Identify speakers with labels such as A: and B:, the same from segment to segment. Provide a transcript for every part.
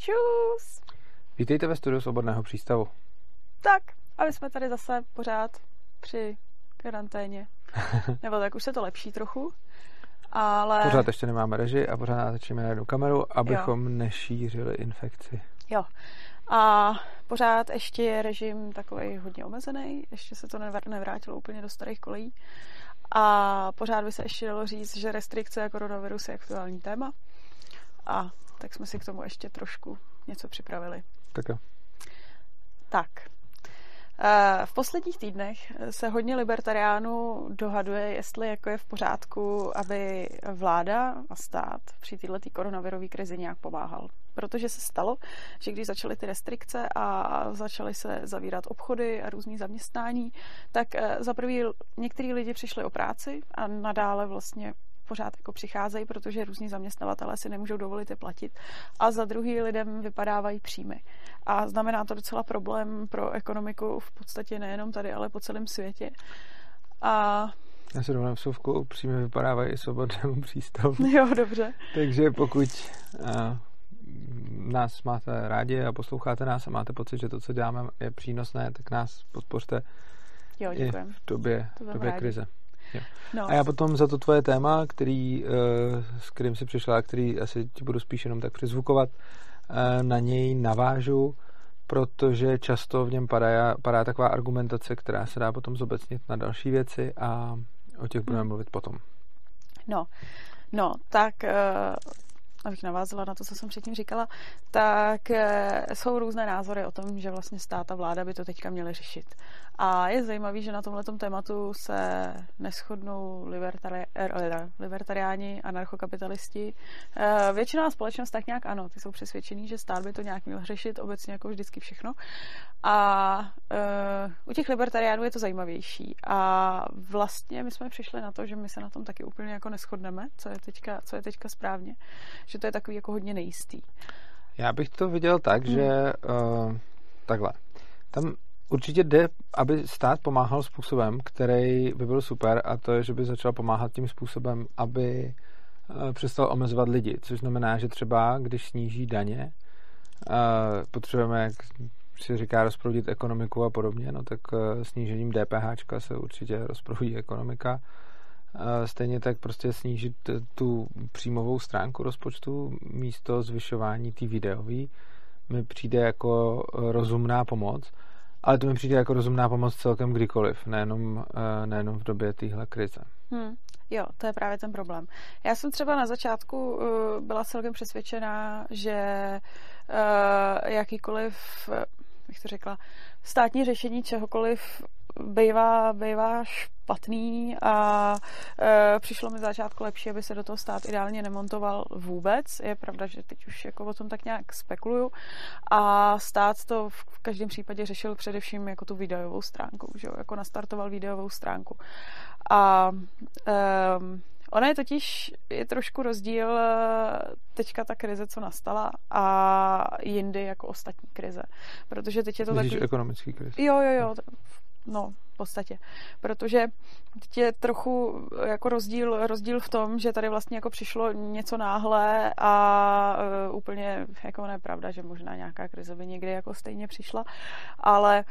A: Čus!
B: Vítejte ve studiu Svobodného přístavu.
A: Tak, a my jsme tady zase pořád při karanténě. Nebo tak už se to lepší trochu, ale...
B: Pořád ještě nemáme režii a pořád natáčíme na jednu kameru, abychom nešířili infekci.
A: Jo. A pořád ještě je režim takovej hodně omezený, ještě se to nevrátilo úplně do starých kolejí. A pořád by se ještě dalo říct, že restrikce a koronavirus je aktuální téma. A tak jsme si k tomu ještě trošku něco připravili.
B: Tak jo.
A: Tak. V posledních týdnech se hodně libertariánů dohaduje, jestli jako je v pořádku, aby vláda a stát při této koronavirové krizi nějak pomáhal. Protože se stalo, že když začaly ty restrikce a začaly se zavírat obchody a různý zaměstnání, tak za prvý některý lidi přišli o práci a nadále vlastně pořád jako přicházejí, protože různí zaměstnavatelé si nemůžou dovolit je platit. A za druhý lidem vypadávají příjmy. A znamená to docela problém pro ekonomiku v podstatě nejenom tady, ale po celém světě. A
B: já se dovolím vsuvku, příjmy vypadávají i Svobodnému přístavu.
A: Jo, dobře.
B: Takže pokud nás máte rádi a posloucháte nás a máte pocit, že to, co děláme, je přínosné, tak nás podpořte i v době krize. Jo. No. A já potom za to tvoje téma, s kterým jsi přišla a který asi ti budu spíš jenom tak přizvukovat, na něj navážu, protože často v něm padá taková argumentace, která se dá potom zobecnit na další věci a o těch budeme mluvit potom.
A: No, tak abych navázala na to, co jsem předtím říkala, tak jsou různé názory o tom, že vlastně stát a vláda by to teďka měly řešit. A je zajímavý, že na tomhletom tématu se neshodnou libertariáni, anarchokapitalisti. Většinová společnost tak nějak ano, ty jsou přesvědčení, že stát by to nějak měl řešit, obecně jako vždycky všechno. A u těch libertariánů je to zajímavější. A vlastně my jsme přišli na to, že my se na tom taky úplně jako neshodneme, co je teďka správně. Že to je takový jako hodně nejistý.
B: Já bych to viděl tak, že takhle. Tam určitě jde, aby stát pomáhal způsobem, který by byl super, a to je, že by začal pomáhat tím způsobem, aby přestal omezovat lidi, což znamená, že třeba, když sníží daně, potřebujeme, jak si říká, rozproudit ekonomiku a podobně, no tak snížením DPH se určitě rozproudí ekonomika. Stejně tak prostě snížit tu příjmovou stránku rozpočtu místo zvyšování té videové mi přijde jako rozumná pomoc, ale to mi přijde jako rozumná pomoc celkem kdykoliv, nejenom v době téhle krize.
A: Jo, to je právě ten problém. Já jsem třeba na začátku byla celkem přesvědčená, že jakýkoliv, jak to řekla, státní řešení čehokoliv bývá špatný a přišlo mi v začátku lepší, aby se do toho stát ideálně nemontoval vůbec. Je pravda, že teď už jako o tom tak nějak spekuluju a stát to v každém případě řešil především jako tu videovou stránku, že jo? Jako nastartoval videovou stránku. A ona je totiž trošku rozdíl teďka ta krize, co nastala a jindy jako ostatní krize. Protože teď je to takový...
B: ekonomický krize.
A: Jo. No, v podstatě. Protože teď je trochu jako rozdíl v tom, že tady vlastně jako přišlo něco náhle a úplně jako nepravda, že možná nějaká krize by někdy jako stejně přišla, ale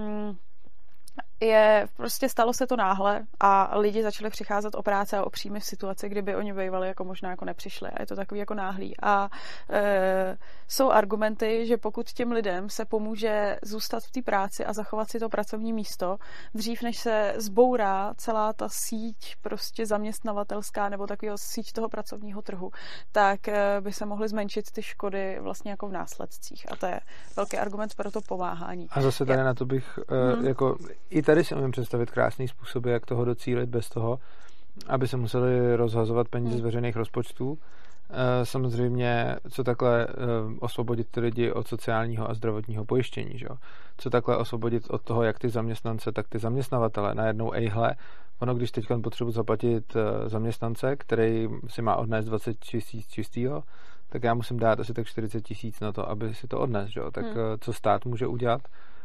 A: prostě stalo se to náhle a lidi začali přicházet o práce a o příjmy v situaci, kdyby oni bývali jako možná jako nepřišli a je to takový jako náhlý a jsou argumenty, že pokud těm lidem se pomůže zůstat v té práci a zachovat si to pracovní místo, dřív než se zbourá celá ta síť prostě zaměstnavatelská nebo takového síť toho pracovního trhu, tak by se mohly zmenšit ty škody vlastně jako v následcích a to je velký argument pro to pomáhání.
B: A zase tady na to bych jako i tady si umím představit krásný způsoby, jak toho docílit bez toho, aby se museli rozhazovat peníze z veřejných rozpočtů. Samozřejmě, co takhle osvobodit ty lidi od sociálního a zdravotního pojištění, že jo? Co takhle osvobodit od toho, jak ty zaměstnance, tak ty zaměstnavatele. Najednou, ono, když teď potřebuji zaplatit zaměstnance, který si má odnést 20 000 čistýho, tak já musím dát asi tak 40 000 na to, aby si to odnes, že jo? Tak co stát může udělat?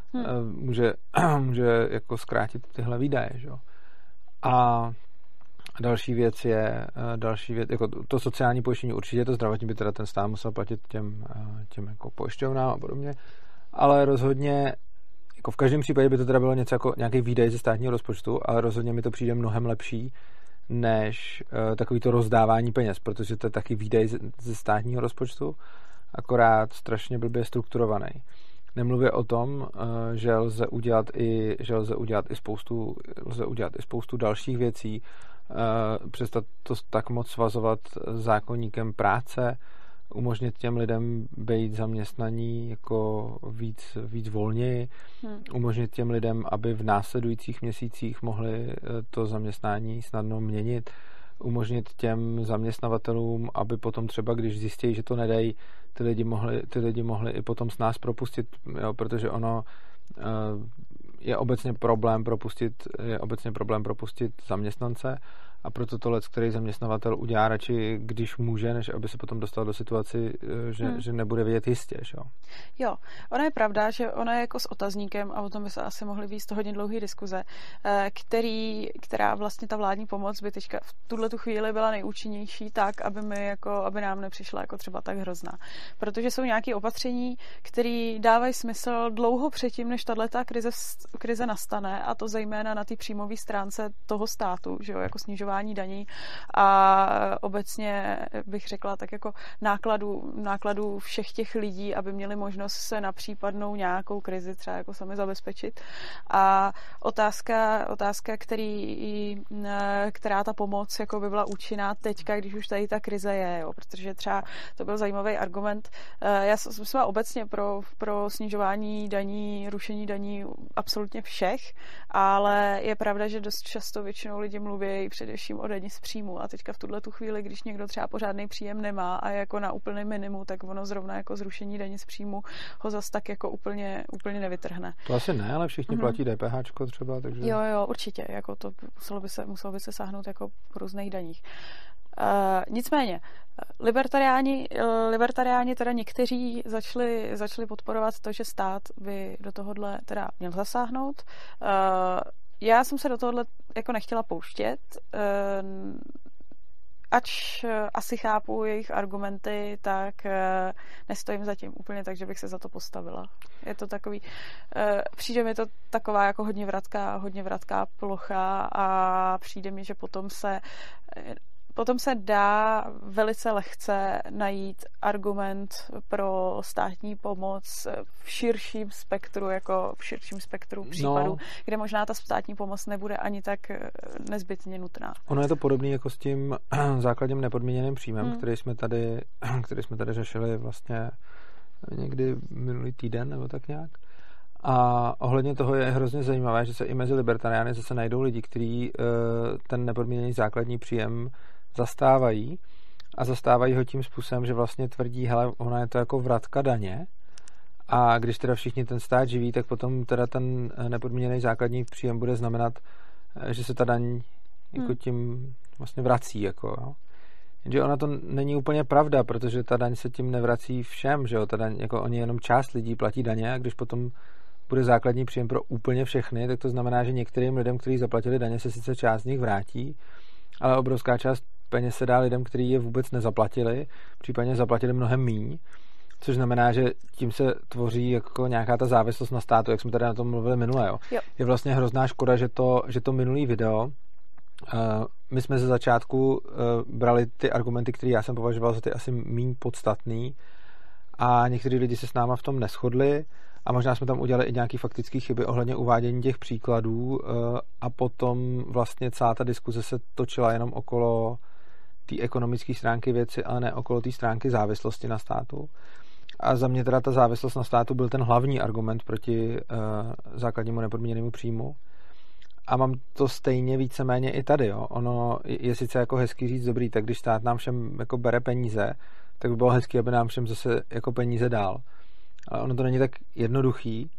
B: Může jako zkrátit tyhle výdaje, že jo? A Další věc, jako to sociální pojištění určitě, to zdravotní by teda ten stát musel platit těm jako pojišťovnám a podobně, ale rozhodně jako v každém případě by to teda bylo něco jako nějaký výdaj ze státního rozpočtu, ale rozhodně mi to přijde mnohem lepší než takový to rozdávání peněz, protože to je taky výdaj ze státního rozpočtu, akorát strašně blbě strukturovaný. Nemluvě o tom, že lze udělat i spoustu dalších věcí, přestat to tak moc svazovat zákoníkem práce, umožnit těm lidem být zaměstnaní jako víc volněji, umožnit těm lidem, aby v následujících měsících mohli to zaměstnání snadno měnit, umožnit těm zaměstnavatelům, aby potom třeba, když zjistí, že to nedají, ty lidi mohli i potom s nás propustit, jo, protože ono je obecně problém propustit zaměstnance a proto to který zaměstnavatel udělá radši, když může, než aby se potom dostal do situaci, že nebude vědět jistě.
A: Jo, ona je pravda, že ona je jako s otazníkem a o tom by se asi mohly vést hodně dlouhý diskuze, která vlastně ta vládní pomoc by teďka v tuhletu chvíli byla nejúčinnější tak, aby nám nepřišla jako třeba tak hrozná. Protože jsou nějaké opatření, které dávají smysl dlouho předtím, než tato krize nastane, a to zejména na té příjmové stránce toho státu, že jo, jako snižování daní a obecně bych řekla tak jako nákladů všech těch lidí, aby měli možnost se na případnou nějakou krizi třeba jako sami zabezpečit. A otázka, která ta pomoc jako by byla účinná teďka, když už tady ta krize je, jo, protože třeba to byl zajímavý argument. Já jsem obecně pro snižování daní, rušení daní absolutně všech, ale je pravda, že dost často většinou lidi mluví především o dani z příjmu a teďka v tuhletu chvíli, když někdo třeba pořádný příjem nemá a je jako na úplný minimum, tak ono zrovna jako zrušení daně z příjmu ho zas tak jako úplně nevytrhne.
B: To asi ne, ale všichni platí DPHčko třeba, takže...
A: Jo, určitě, jako to muselo by se sáhnout jako po různých daních. Nicméně, libertariáni teda někteří začali podporovat to, že stát by do tohohle teda měl zasáhnout. Já jsem se do tohohle jako nechtěla pouštět, ač asi chápu jejich argumenty, tak nestojím za tím úplně tak, že bych se za to postavila. Je to takový, přijde mi to taková jako hodně vratká plocha a přijde mi, že potom se dá velice lehce najít argument pro státní pomoc v širším spektru případů, kde možná ta státní pomoc nebude ani tak nezbytně nutná.
B: Ono je to podobné jako s tím základním nepodmíněným příjmem, který jsme tady řešili vlastně někdy minulý týden nebo tak nějak. A ohledně toho je hrozně zajímavé, že se i mezi libertariány zase najdou lidi, kteří ten nepodmíněný základní příjem zastávají ho tím způsobem, že vlastně tvrdí, hele, ona je to jako vratka daně a když teda všichni ten stát živí, tak potom teda ten nepodmíněný základní příjem bude znamenat, že se ta daň jako tím vlastně vrací. Jako, jo. Jenže ona to není úplně pravda, protože ta daň se tím nevrací všem, že jo, ta daň, jako oni jenom část lidí platí daně a když potom bude základní příjem pro úplně všechny, tak to znamená, že některým lidem, kteří zaplatili daně, se sice část z nich vrátí, ale obrovská část peněz se dá lidem, kteří je vůbec nezaplatili, případně zaplatili mnohem míň, což znamená, že tím se tvoří jako nějaká ta závislost na státu, jak jsme tady na tom mluvili minule. Jo. Je vlastně hrozná škoda, že to minulý video, my jsme ze začátku brali ty argumenty, které já jsem považoval za ty asi míň podstatný a někteří lidi se s náma v tom neshodli a možná jsme tam udělali i nějaké faktické chyby ohledně uvádění těch příkladů a potom vlastně celá ta diskuze se točila jenom okolo té ekonomické stránky věci, ale ne okolo té stránky závislosti na státu. A za mě teda ta závislost na státu byl ten hlavní argument proti základnímu nepodmíněnému příjmu. A mám to stejně víceméně i tady. Jo. Ono je sice jako hezký říct dobrý, tak když stát nám všem jako bere peníze, tak by bylo hezký, aby nám všem zase jako peníze dal. Ale ono to není tak jednoduchý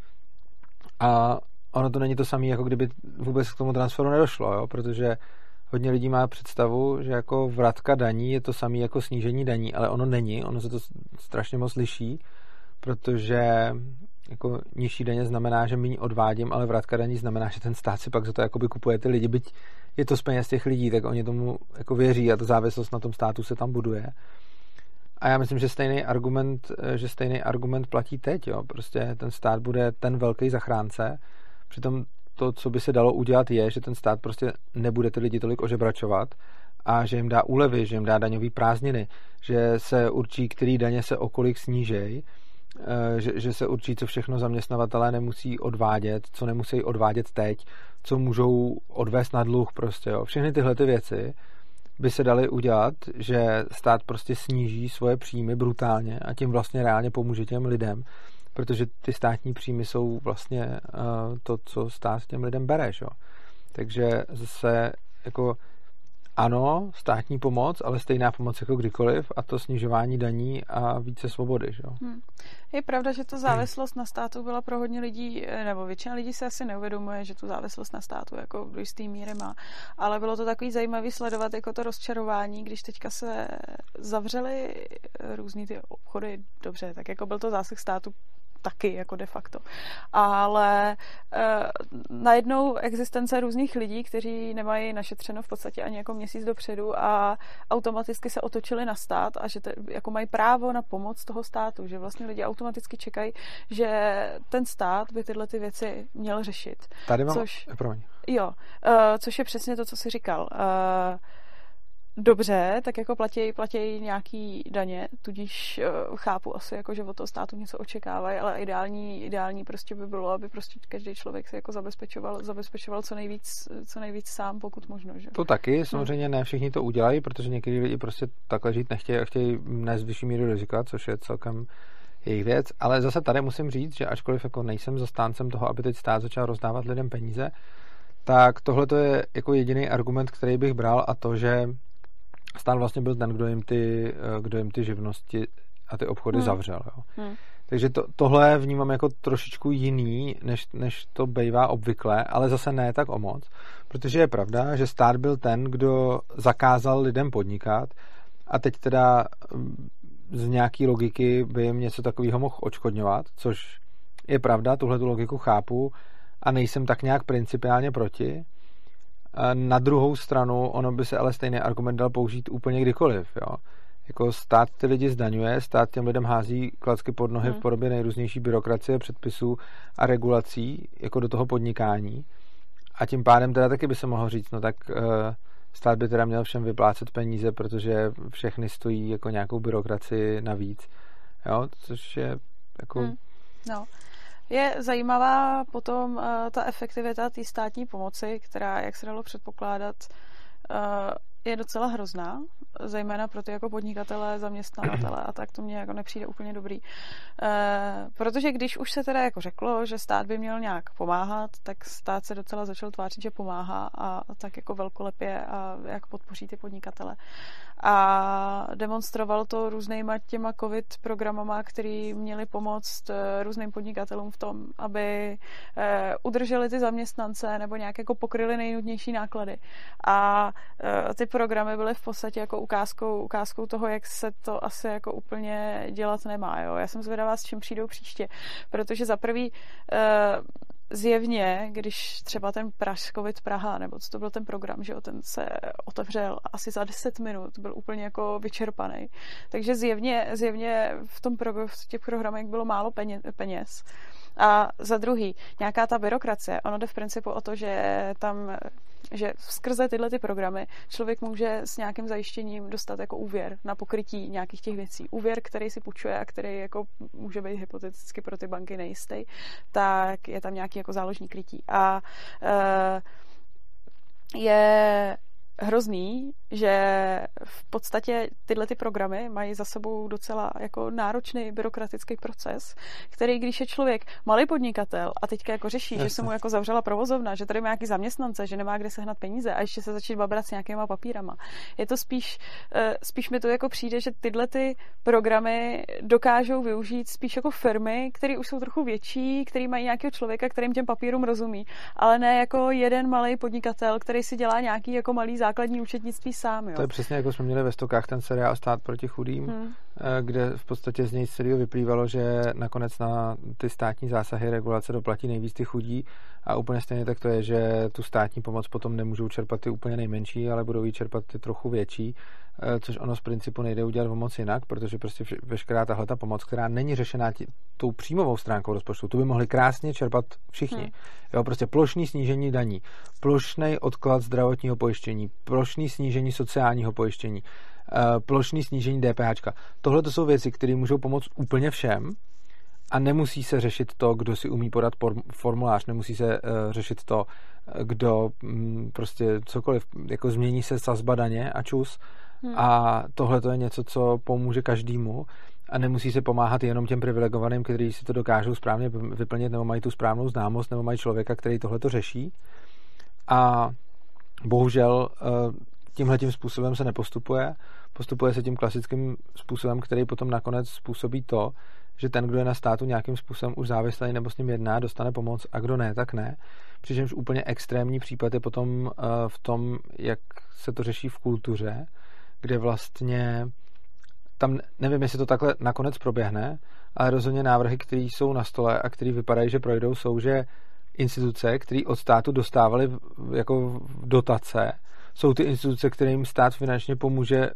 B: a ono to není to samé, jako kdyby vůbec k tomu transferu nedošlo, jo? Protože hodně lidí má představu, že jako vratka daní je to samé jako snížení daní, ale ono není, ono se to strašně moc liší, protože jako nižší daně znamená, že méně odvádím, ale vratka daní znamená, že ten stát si pak za to jakoby kupuje ty lidi, byť je to z peněz těch lidí, tak oni tomu jako věří a ta závislost na tom státu se tam buduje. A já myslím, že stejný argument platí teď, jo. Prostě ten stát bude ten velký zachránce. Přitom to, co by se dalo udělat, je, že ten stát prostě nebude ty lidi tolik ožebračovat a že jim dá úlevy, že jim dá daňový prázdniny, že se určí, který daně se o kolik snížej, že se určí, co všechno zaměstnavatelé nemusí odvádět, co nemusí odvádět teď, co můžou odvést na dluh prostě, jo. Všechny tyhle ty věci by se daly udělat, že stát prostě sníží svoje příjmy brutálně a tím vlastně reálně pomůže těm lidem, protože ty státní příjmy jsou vlastně to, co stát těm lidem bere, jo. Takže zase jako ano, státní pomoc, ale stejná pomoc jako kdykoliv a to snižování daní a více svobody. Že?
A: Je pravda, že ta závislost na státu byla pro hodně lidí, nebo většina lidí se asi neuvědomuje, že tu závislost na státu jako do jistý míry má. Ale bylo to takový zajímavý sledovat jako to rozčarování, když teďka se zavřely různý ty obchody, dobře, tak jako byl to zásah státu taky jako de facto. Ale najednou existence různých lidí, kteří nemají našetřeno v podstatě ani jako měsíc dopředu a automaticky se otočili na stát a že jako mají právo na pomoc toho státu, že vlastně lidi automaticky čekají, že ten stát by tyhle ty věci měl řešit.
B: Tady mám...
A: Což je přesně to, co jsi říkal. Dobře, tak jako platí nějaký daně, tudíž chápu asi, jako, že od toho státu něco očekávají, ale ideální prostě by bylo, aby prostě každý člověk se jako zabezpečoval co nejvíc sám, pokud možno. Že?
B: To taky, samozřejmě ne všichni to udělají, protože někteří lidi prostě takhle žít nechtějí a chtějí nést vyšší míru rizika, což je celkem jejich věc, ale zase tady musím říct, že ačkoliv jako nejsem zastáncem toho, aby teď stát začal rozdávat lidem peníze, tak tohle to je jako jediný argument, který bych bral a to, že stát vlastně byl ten, kdo jim ty živnosti a ty obchody zavřel. Jo. Takže tohle vnímám jako trošičku jiný, než to bývá obvykle, ale zase ne tak o moc, protože je pravda, že stát byl ten, kdo zakázal lidem podnikat a teď teda z nějaký logiky by jim něco takového mohl odškodňovat, což je pravda, tuhletu logiku chápu a nejsem tak nějak principiálně proti. Na druhou stranu, ono by se ale stejný argument dal použít úplně kdykoliv. Jo. Jako stát ty lidi zdaňuje, stát těm lidem hází klacky pod nohy v podobě nejrůznější byrokracie, předpisů a regulací jako do toho podnikání. A tím pádem teda taky by se mohlo říct, no tak stát by teda měl všem vyplácet peníze, protože všechny stojí jako nějakou byrokracii navíc. Jo, což je jako...
A: No. Je zajímavá potom ta efektivita té státní pomoci, která, jak se dalo předpokládat, je docela hrozná, zejména pro ty jako podnikatele, zaměstnavatele a tak to mně jako nepřijde úplně dobrý. Protože když už se teda jako řeklo, že stát by měl nějak pomáhat, tak stát se docela začal tvářit, že pomáhá a tak jako velkolepě a jak podpoří ty podnikatele. A demonstroval to různýma těma covid programama, který měli pomoct různým podnikatelům v tom, aby udrželi ty zaměstnance nebo nějak jako pokryli nejnutnější náklady. A ty programy byly v podstatě jako ukázkou toho, jak se to asi jako úplně dělat nemá. Jo? Já jsem zvědavá, s čím přijdou příště, protože za prvý zjevně, když třeba ten COVID Praha, nebo co to byl ten program, že ten se otevřel asi za 10 minut, byl úplně jako vyčerpaný. Takže zjevně v těch programech bylo málo peněz. A za druhý, nějaká ta byrokracie, ono jde v principu o to, že skrze tyhle ty programy člověk může s nějakým zajištěním dostat jako úvěr na pokrytí nějakých těch věcí. Úvěr, který si půjčuje a který jako může být hypoteticky pro ty banky nejistý, tak je tam nějaký jako záložní krytí. A je hrozný, že v podstatě tyhle ty programy mají za sebou docela jako náročný byrokratický proces, který, když je člověk malý podnikatel a teďka jako řeší, že se mu jako zavřela provozovna, že tady má nějaký zaměstnance, že nemá kde sehnat peníze a ještě se začít babrat s nějakýma papírama. Je to spíš mi to jako přijde, že tyhle ty programy dokážou využít spíš jako firmy, které už jsou trochu větší, který mají nějakého člověka, kterým těm papírům rozumí, ale ne jako jeden malý podnikatel, který si dělá nějaký jako malý základní účetnictví sám. Jo.
B: To je přesně jako jsme měli ve Stokách ten seriál Stát proti chudým, kde v podstatě z něj celého vyplývalo, že nakonec na ty státní zásahy regulace doplatí nejvíc ty chudí a úplně stejně tak to je, že tu státní pomoc potom nemůžou čerpat ty úplně nejmenší, ale budou ji čerpat ty trochu větší, což ono z principu nejde udělat o moc jinak, protože prostě veškerá tahle ta pomoc, která není řešená tou příjmovou stránkou rozpočtu, tu by mohli krásně čerpat všichni. Jo, prostě plošný snížení daní, plošný odklad zdravotního pojištění, plošný snížení sociálního pojištění, plošný snížení DPHčka. Tohle to jsou věci, které můžou pomoct úplně všem a nemusí se řešit to, kdo si umí podat formulář, nemusí se řešit to, kdo prostě cokoliv, jako změní se sazba daně a čus. A tohle to je něco, co pomůže každému a nemusí se pomáhat jenom těm privilegovaným, kteří si to dokážou správně vyplnit, nebo mají tu správnou známost, nebo mají člověka, který tohle to řeší. A bohužel tímhletím způsobem se nepostupuje. Postupuje se tím klasickým způsobem, který potom nakonec způsobí to, že ten, kdo je na státu nějakým způsobem už závislý nebo s ním jedná, dostane pomoc a kdo ne, tak ne. Přičemž úplně extrémní případ je potom v tom, jak se to řeší v kultuře, kde vlastně tam nevím, jestli to takhle nakonec proběhne, ale rozhodně návrhy, které jsou na stole a které vypadají, že projdou, jsou, že instituce, které od státu dostávaly jako dotace, jsou ty instituce, kterým stát finančně pomůže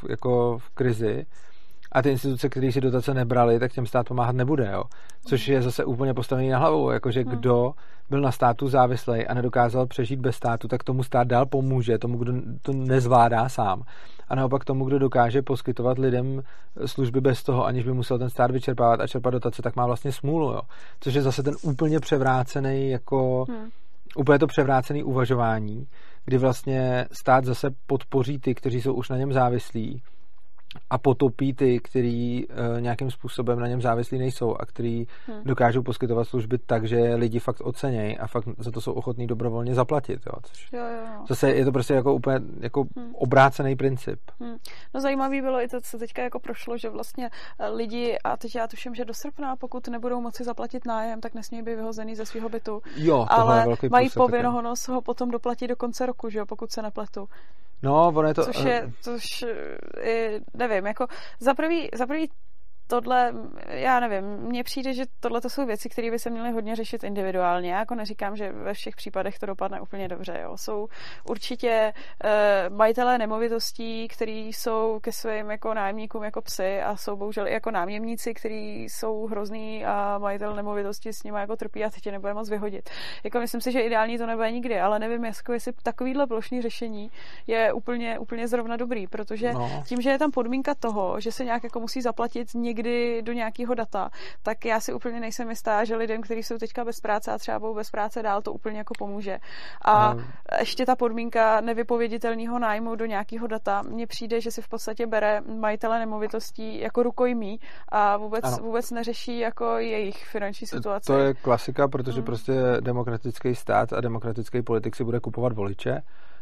B: v krizi, a ty instituce, které si dotace nebrali, tak těm stát pomáhat nebude, jo. Což je zase úplně postavený na hlavu, jakože kdo byl na státu závislej a nedokázal přežít bez státu, tak tomu stát dál pomůže, tomu, kdo to nezvládá sám. A naopak tomu, kdo dokáže poskytovat lidem služby bez toho, aniž by musel ten stát vyčerpávat a čerpat dotace, tak má vlastně smůlu, jo. Což je zase ten úplně převrácený úplně to převrácený uvažování, kdy vlastně stát zase podpoří ty, kteří jsou už na něm závislí, a potopí ty, který nějakým způsobem na něm závislí nejsou a který dokážou poskytovat služby tak, že lidi fakt ocenějí a fakt za to jsou ochotní dobrovolně zaplatit. Jo.
A: Jo.
B: Zase je to prostě jako úplně jako obrácený princip.
A: No zajímavý bylo i to, co teďka jako prošlo, že vlastně lidi, a teď já tuším, že do srpna, pokud nebudou moci zaplatit nájem, tak nesmějí být vyhozený ze svého bytu.
B: Jo,
A: ale mají povinnost ho potom doplatit do konce roku, že jo, pokud se nepletu.
B: No, ono je to...
A: Což je, nevím, jako za prvý tohle, já nevím, mně přijde, že tohle to jsou věci, které by se měly hodně řešit individuálně. Já jako neříkám, že ve všech případech to dopadne úplně dobře. Jo. Jsou určitě majitelé nemovitostí, kteří jsou ke svým jako nájemníkům jako psy a jsou bohužel i jako nájemníci, kteří jsou hrozný a majitel nemovitosti s nimi jako trpí a teď je nebude moc vyhodit. Jako myslím si, že ideální to nebude nikdy, ale nevím, jestli takovýhle plošný řešení je úplně zrovna dobrý, protože tím, že je tam podmínka toho, že se nějak jako musí zaplatit někdy do nějakého data, tak já si úplně nejsem jistá, že lidem, kteří jsou teďka bez práce a třeba budou bez práce dál, to úplně jako pomůže. A ještě ta podmínka nevypověditelného nájmu do nějakého data, mně přijde, že si v podstatě bere majitele nemovitostí jako rukojmí a vůbec neřeší jako jejich finanční situaci.
B: To je klasika, protože prostě demokratický stát a demokratický politik si bude kupovat voliče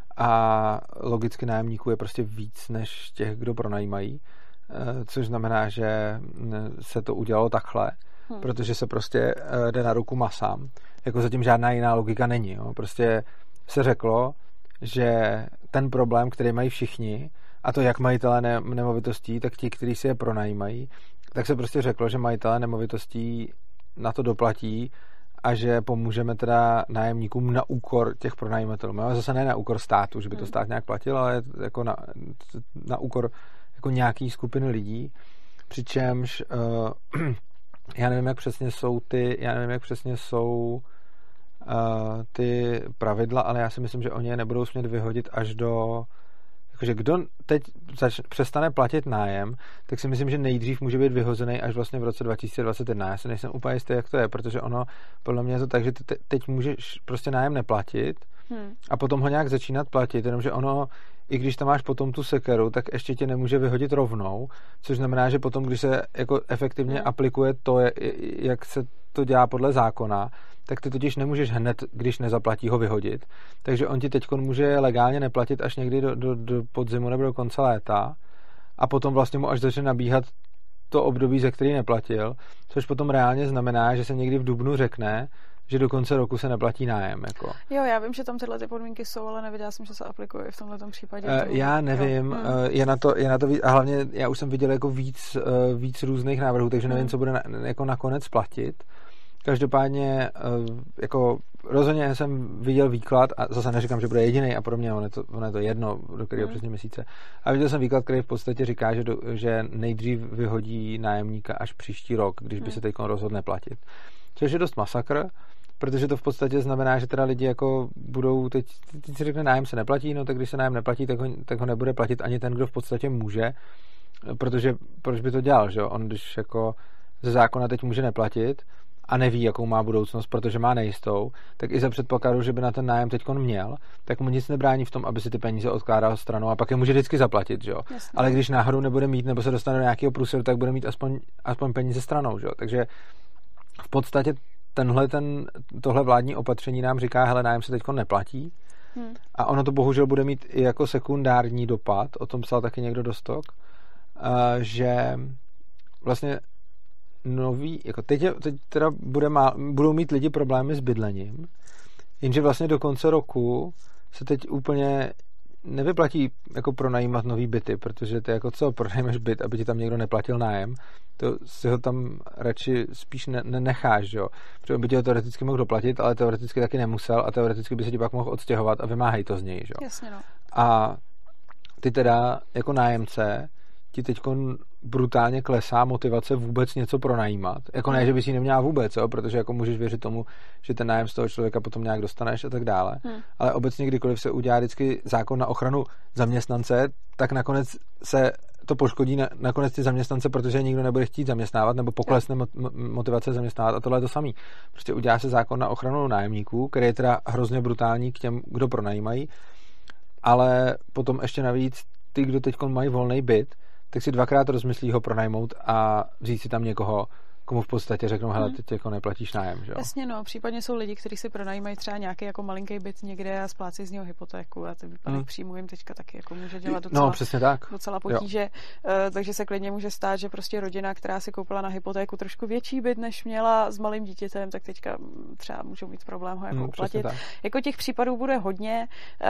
B: a logicky nájemníků je prostě víc než těch, kdo pronajímají. Což znamená, že se to udělalo takhle, protože se prostě jde na ruku masám. Jako zatím žádná jiná logika není. Jo. Prostě se řeklo, že ten problém, který mají všichni, a to jak majitelé nemovitostí, tak ti, kteří si je pronajímají, tak se prostě řeklo, že majitelé nemovitostí na to doplatí a že pomůžeme teda nájemníkům na úkor těch pronajímatelů. Ale zase ne na úkor státu, že by to stát nějak platil, ale jako na úkor jako nějaký skupiny lidí, přičemž já nevím, jak přesně jsou ty pravidla, ale já si myslím, že oni je nebudou smět vyhodit až do... Jakože kdo teď přestane platit nájem, tak si myslím, že nejdřív může být vyhozený až vlastně v roce 2021. Já si nejsem úplně jistý, jak to je, protože ono, podle mě je to tak, že teď můžeš prostě nájem neplatit a potom ho nějak začínat platit, jenomže ono, i když tam máš potom tu sekeru, tak ještě tě nemůže vyhodit rovnou, což znamená, že potom, když se jako efektivně aplikuje to, jak se to dělá podle zákona, tak ty totiž nemůžeš hned, když nezaplatí, ho vyhodit. Takže on ti teďkon může legálně neplatit až někdy do podzimu nebo do konce léta a potom vlastně mu až začne nabíhat to období, ze který neplatil, což potom reálně znamená, že se někdy v dubnu řekne, že do konce roku se neplatí nájem. Jako.
A: Jo, já vím, že tam tyhle ty podmínky jsou, ale nevěděla jsem, že se aplikují v tomhletom případě.
B: Já nevím, je na to víc, a hlavně já už jsem viděl jako víc různých návrhů, takže nevím, co bude jako nakonec platit. Každopádně jako rozhodně jsem viděl výklad, a zase neříkám, že bude jediný a pro mě ono je to jedno, do kterého přesně měsíce. A viděl jsem výklad, který v podstatě říká, že nejdřív vyhodí nájemníka až příští rok, když by se teď rozhodne platit. Což je dost masakr, protože to v podstatě znamená, že teda lidi jako budou teď si řekne, nájem se neplatí, no tak když se nájem neplatí, tak ho nebude platit ani ten, kdo v podstatě může, protože proč by to dělal, že jo? On když jako ze zákona teď může neplatit a neví, jakou má budoucnost, protože má nejistou, tak i za předpokladu, že by na ten nájem teďkon měl, tak mu nic nebrání v tom, aby si ty peníze odkládal stranou a pak je může vždycky zaplatit, že jo. Ale když náhodou nebude mít nebo se dostane do nějakého průseru, tak bude mít aspoň peníze stranou, že jo. Takže v podstatě tohle vládní opatření nám říká, hele, nájem se teďkon neplatí. A ono to bohužel bude mít i jako sekundární dopad, o tom psal taky někdo Dostok, že vlastně jako teď teda budou mít lidi problémy s bydlením, jenže vlastně do konce roku se teď úplně nevyplatí jako pronajímat nový byty, protože ty jako co, pronajmeš byt, aby ti tam někdo neplatil nájem, to si ho tam radši spíš nenecháš, jo. Protože by ti ho teoreticky mohl doplatit, ale teoreticky taky nemusel a teoreticky by se ti pak mohl odstěhovat a vymáhej to z něj, jo.
A: Jasně, no.
B: A ty teda jako nájemce ti teďko brutálně klesá motivace vůbec něco pronajímat. Jako ne, že bys ji neměla vůbec, jo? Protože jako můžeš věřit tomu, že ten nájem z toho člověka potom nějak dostaneš a tak dále. Ale obecně kdykoliv se udělá vždycky zákon na ochranu zaměstnance, tak nakonec se to poškodí nakonec ty zaměstnance, protože nikdo nebude chtít zaměstnávat nebo poklesne motivace zaměstnávat a tohle je to samý. Prostě udělá se zákon na ochranu nájemníků, který je teda hrozně brutální k těm, kdo pronajímají, ale potom ještě navíc ty, kdo teď mají volný byt, tak si dvakrát rozmyslí ho pronajmout a vzít si tam někoho, komu v podstatě řeknou, hele, teď jako neplatíš nájem, že jo?
A: Jasně, no, případně jsou lidi, kteří si pronajímají třeba nějaký jako malinký byt někde a splácí z něho hypotéku a ty výpadek příjmu jim teďka taky jako může dělat docela potíže, takže se klidně může stát, že prostě rodina, která si koupila na hypotéku trošku větší byt, než měla s malým dítětem, tak teďka třeba můžou mít problém ho jako uplatit. Jako těch případů bude hodně,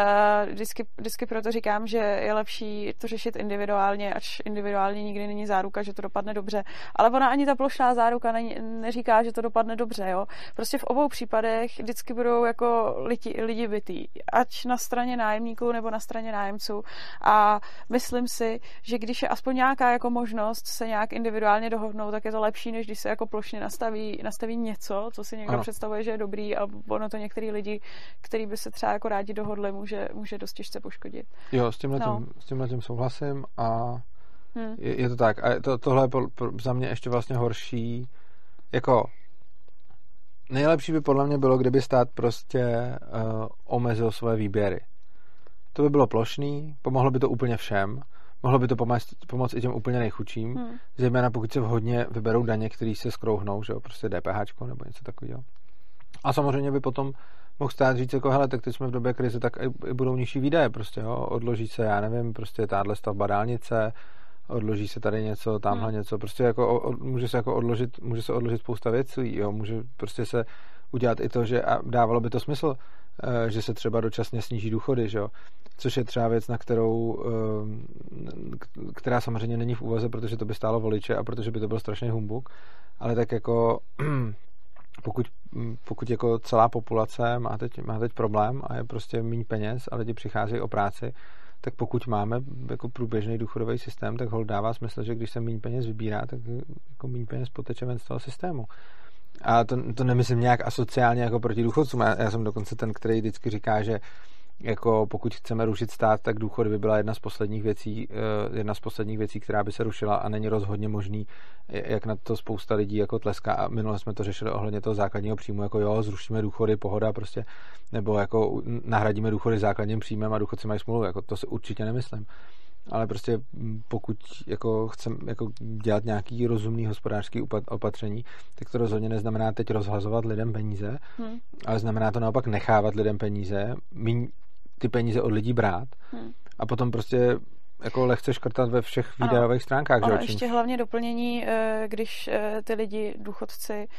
A: vždycky proto říkám, že je lepší to řešit individuálně, ač individuálně nikdy není záruka, že to dopadne dobře, ale ona ani ta plošná záruka neříká, že to dopadne dobře, jo. Prostě v obou případech vždycky budou jako lidi bitý, ať na straně nájemníků nebo na straně nájemců a myslím si, že když je aspoň nějaká jako možnost se nějak individuálně dohodnout, tak je to lepší, než když se jako plošně nastaví něco, co si někdo představuje, že je dobrý a ono to některý lidi, který by se třeba jako rádi dohodli, může dost těžce poškodit.
B: Jo, s tímhletím souhlasím a je to tak. A tohle je za mě ještě vlastně horší. Jako nejlepší by podle mě bylo, kdyby stát prostě omezil svoje výběry. To by bylo plošný, pomohlo by to úplně všem, mohlo by to pomoct i těm úplně nejchudším, zejména pokud se vhodně vyberou daně, které se skrouhnou, že jo, prostě DPHčko nebo něco takového. A samozřejmě by potom mohl stát říct, jako hele, tak teď jsme v době krize, tak i budou nižší výdaje, prostě, jo, odloží se, já nevím, prostě tahle stavba dálnice, odloží se tady něco, tamhle něco, prostě jako může se odložit spousta věcí, jo, může prostě se udělat i to, že a dávalo by to smysl, že se třeba dočasně sníží důchody, že jo, což je třeba věc, na která samozřejmě není v úvaze, protože to by stálo voliče a protože by to byl strašný humbuk, ale tak jako pokud jako celá populace má teď problém a je prostě méně peněz a lidi přicházejí o práci, tak pokud máme jako průběžný důchodový systém, tak hol dává smysl, že když se méně peněz vybírá, tak jako méně peněz poteče ven z toho systému. A to nemyslím nějak asociálně jako proti důchodcům. Já jsem dokonce ten, který vždycky říká, že jako pokud chceme rušit stát, tak důchody by byla jedna z posledních věcí, která by se rušila a není rozhodně možný, jak na to spousta lidí jako tleská. A minule jsme to řešili ohledně toho základního příjmu, jako jo, zrušíme důchody, pohoda prostě, nebo jako nahradíme důchody základním příjmem a důchodci mají smůlu, jako to si určitě nemyslím. Ale prostě pokud jako chceme jako dělat nějaký rozumný hospodářský opatření, tak to rozhodně neznamená teď rozhazovat lidem peníze, ale znamená to naopak nechávat lidem peníze, ty peníze od lidí brát a potom prostě jako lehce škrtat ve všech výdajových stránkách.
A: Ano, ještě hlavně doplnění, když ty lidi, důchodci,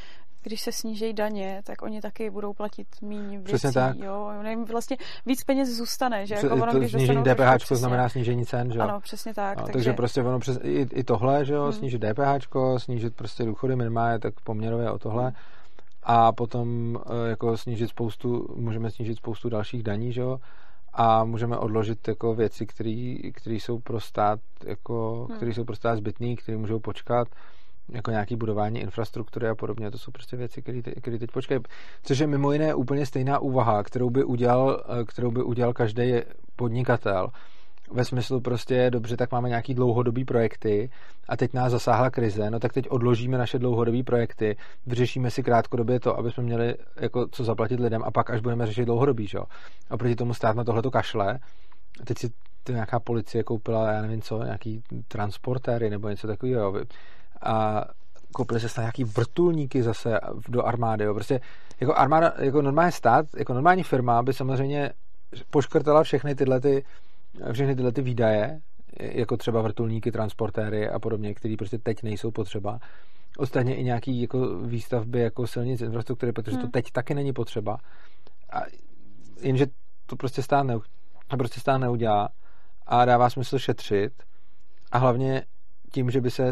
A: když se sníží daně, tak oni taky budou platit míň věcí.
B: Přesně tak.
A: Jo? Vlastně víc peněz zůstane. Že jako ono,
B: to snížení DPH znamená snížení cen, že jo?
A: Ano, přesně tak.
B: No, takže prostě ono i tohle, že jo, snížit DPH, snížit prostě důchody minimálně tak poměrově o tohle. A potom jako můžeme snížit spoustu dalších daní, že jo? A můžeme odložit jako věci, které jsou pro stát které jsou pro stát zbytné, které můžou počkat, jako nějaké budování infrastruktury a podobně. To jsou prostě věci, které teď počkají. Což je mimo jiné úplně stejná úvaha, kterou by udělal každý podnikatel. Ve smyslu prostě, dobře, tak máme nějaký dlouhodobý projekty a teď nás zasáhla krize, no tak teď odložíme naše dlouhodobý projekty, vyřešíme si krátkodobě to, aby jsme měli jako co zaplatit lidem a pak až budeme řešit dlouhodobý, že jo. A proti tomu stát na tohleto kašle. Teď si nějaká policie koupila, já nevím co, nějaký transportéry nebo něco takového, a koupili se snad nějaký vrtulníky zase do armády, jo. Prostě jako armáda, jako normální stát, jako normální firma by samozřejmě poškrtala všechny tyhle ty výdaje, jako třeba vrtulníky, transportéry a podobně, které prostě teď nejsou potřeba. Ostatně i nějaký jako výstavby jako silnic, infrastruktury, protože to teď taky není potřeba. A jenže to prostě stát neudělá a dává smysl šetřit a hlavně tím, že by se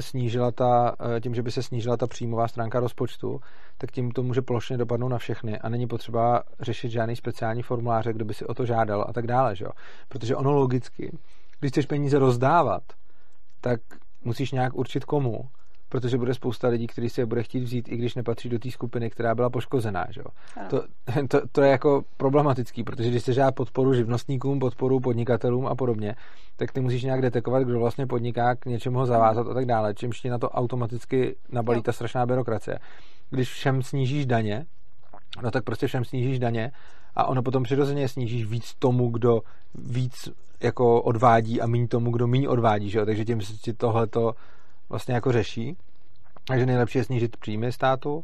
B: snížila ta příjmová stránka rozpočtu, tak tím to může plošně dopadnout na všechny a není potřeba řešit žádný speciální formuláře, kdo by si o to žádal a tak dále, že jo? Protože ono logicky, když chceš peníze rozdávat, tak musíš nějak určit komu, protože bude spousta lidí, kteří si je bude chtít vzít, i když nepatří do té skupiny, která byla poškozená, že jo? To je jako problematický, protože když chceš žádat podporu živnostníkům, podporu podnikatelům a podobně, tak ty musíš nějak detekovat, kdo vlastně podniká, k něčemu ho zavázat a tak dále, čímž ti na to automaticky nabalí ta strašná byrokracie. Když všem snížíš daně, no tak prostě všem snížíš daně a ono potom přirozeně snížíš víc tomu, kdo víc jako odvádí a míň tomu, kdo míň odvádí, že jo? Takže tím si tohleto vlastně jako řeší. Takže nejlepší je snížit příjmy státu.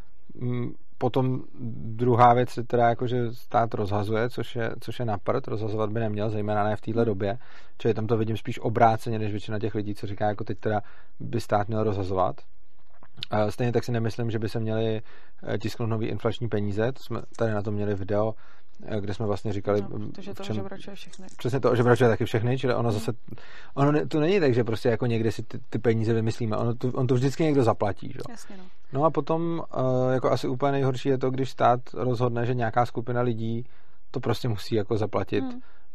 B: Potom druhá věc je teda jako, že stát rozhazuje, což je na prd, rozhazovat by neměl, zejména ne v téhle době. Čili tam to vidím spíš obráceně, než většina těch lidí, co říká, jako teď teda by stát měl rozhazovat. Stejně tak si nemyslím, že by se měli tisknout nový inflační peníze. To jsme tady na to měli video, kde jsme vlastně říkali...
A: No, protože to ožebračuje všechny.
B: Přesně to ožebračuje taky všechny, čili ono to není tak, že prostě jako někde si ty peníze vymyslíme. On to vždycky někdo zaplatí, že?
A: Jasně, no.
B: No a potom jako asi úplně nejhorší je to, když stát rozhodne, že nějaká skupina lidí to prostě musí jako zaplatit.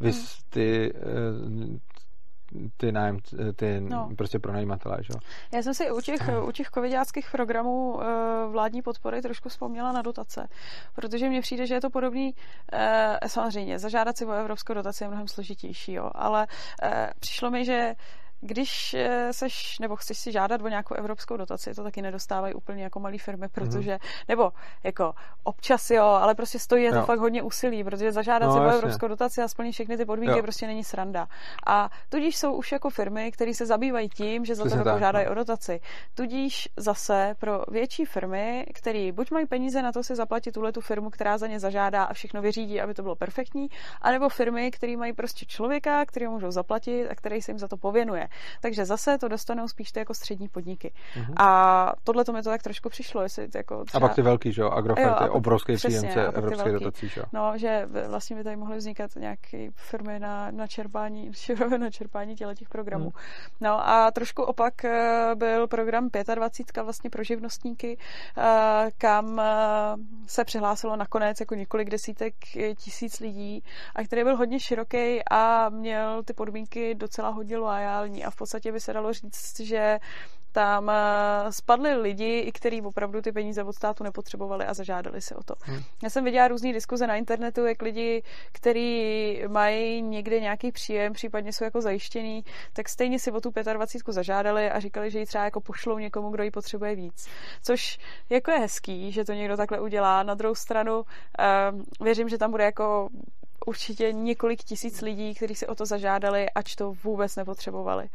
B: Prostě pronajímatelé, že jo?
A: Já jsem si u těch covidáckých programů vládní podpory trošku vzpomněla na dotace, protože mně přijde, že je to podobný, samozřejmě, zažádat si o evropskou dotaci je mnohem složitější, jo, ale přišlo mi, že když chceš si žádat o nějakou evropskou dotaci, to taky nedostávají úplně jako malý firmy, protože, nebo jako občas jo, ale prostě stojí to fakt hodně úsilí, protože zažádat si o evropskou dotaci a splnit všechny ty podmínky prostě není sranda. A tudíž jsou už jako firmy, které se zabývají tím, že za to požádají o dotaci. Tudíž zase pro větší firmy, které buď mají peníze na to si zaplatit tu firmu, která za ně zažádá a všechno vyřídí, aby to bylo perfektní, anebo firmy, které mají prostě člověka, který můžou zaplatit a který se jim za to pověnuje. Takže zase to dostanou spíš ty jako střední podniky. A tohle to mi to tak trošku přišlo, jestli jako třeba...
B: A pak ty velký, že jo? Agrofert je obrovský příjemce evropské dotací, že jo?
A: No, že vlastně by tady mohly vznikat nějaké firmy na čerpání těch programů. No a trošku opak byl program 25 vlastně pro živnostníky, kam se přihlásilo nakonec jako několik desítek tisíc lidí a který byl hodně široký a měl ty podmínky docela hodně loajální a v podstatě by se dalo říct, že tam spadli lidi, i kteří opravdu ty peníze od státu nepotřebovali a zažádali se o to. Já jsem viděla různý diskuze na internetu, jak lidi, kteří mají někde nějaký příjem, případně jsou jako zajištěný, tak stejně si o tu 25 zažádali a říkali, že ji třeba jako pošlou někomu, kdo ji potřebuje víc. Což jako je hezký, že to někdo takhle udělá. Na druhou stranu věřím, že tam bude jako určitě několik tisíc lidí, kteří si o to zažádali, ač to vůbec nepotřebovali.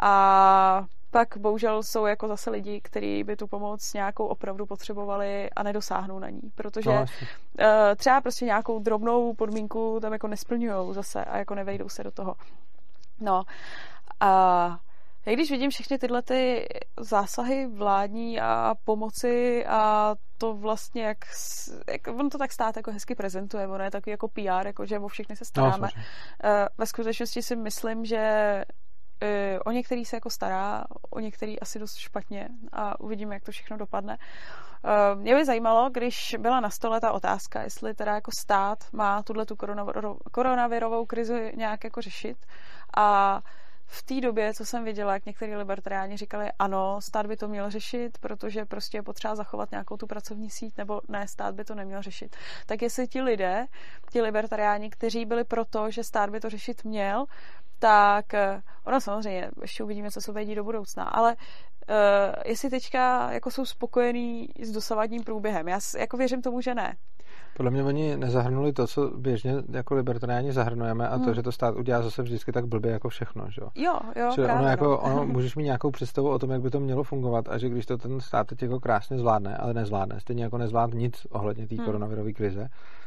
A: A pak bohužel jsou jako zase lidi, kteří by tu pomoc nějakou opravdu potřebovali a nedosáhnou na ní, protože třeba prostě nějakou drobnou podmínku tam jako nesplňujou zase a jako nevejdou se do toho. No a Já když vidím všechny tyhle ty zásahy vládní a pomoci a to vlastně, jak on to tak stát jako hezky prezentuje, ono je takový jako PR, jako že o všechny se staráme. Ve skutečnosti si myslím, že o některý se jako stará, o některý asi dost špatně a uvidíme, jak to všechno dopadne. Mě by zajímalo, když byla na stole ta otázka, jestli teda jako stát má tuhletu koronavirovou krizi nějak jako řešit a v té době, co jsem viděla, jak některý libertariáni říkali, ano, stát by to měl řešit, protože prostě je potřeba zachovat nějakou tu pracovní síť, nebo ne, stát by to neměl řešit. Tak jestli ti lidé, ti libertariáni, kteří byli proto, že stát by to řešit měl, tak ono samozřejmě, ještě uvidíme, co se bude dít do budoucna, ale jestli teďka jako jsou spokojení s dosavadním průběhem. Já jako věřím tomu, že ne.
B: Podle mě oni nezahrnuli to, co běžně jako libertariáni zahrnujeme a to, že to stát udělá zase vždycky tak blbě jako všechno, že?
A: Jo,
B: právě. Ono můžeš mít nějakou představu o tom, jak by to mělo fungovat a že když to ten stát teď jako krásně zvládne, ale nezvládne. Stejně jako nezvládne nic ohledně té koronavirové krize.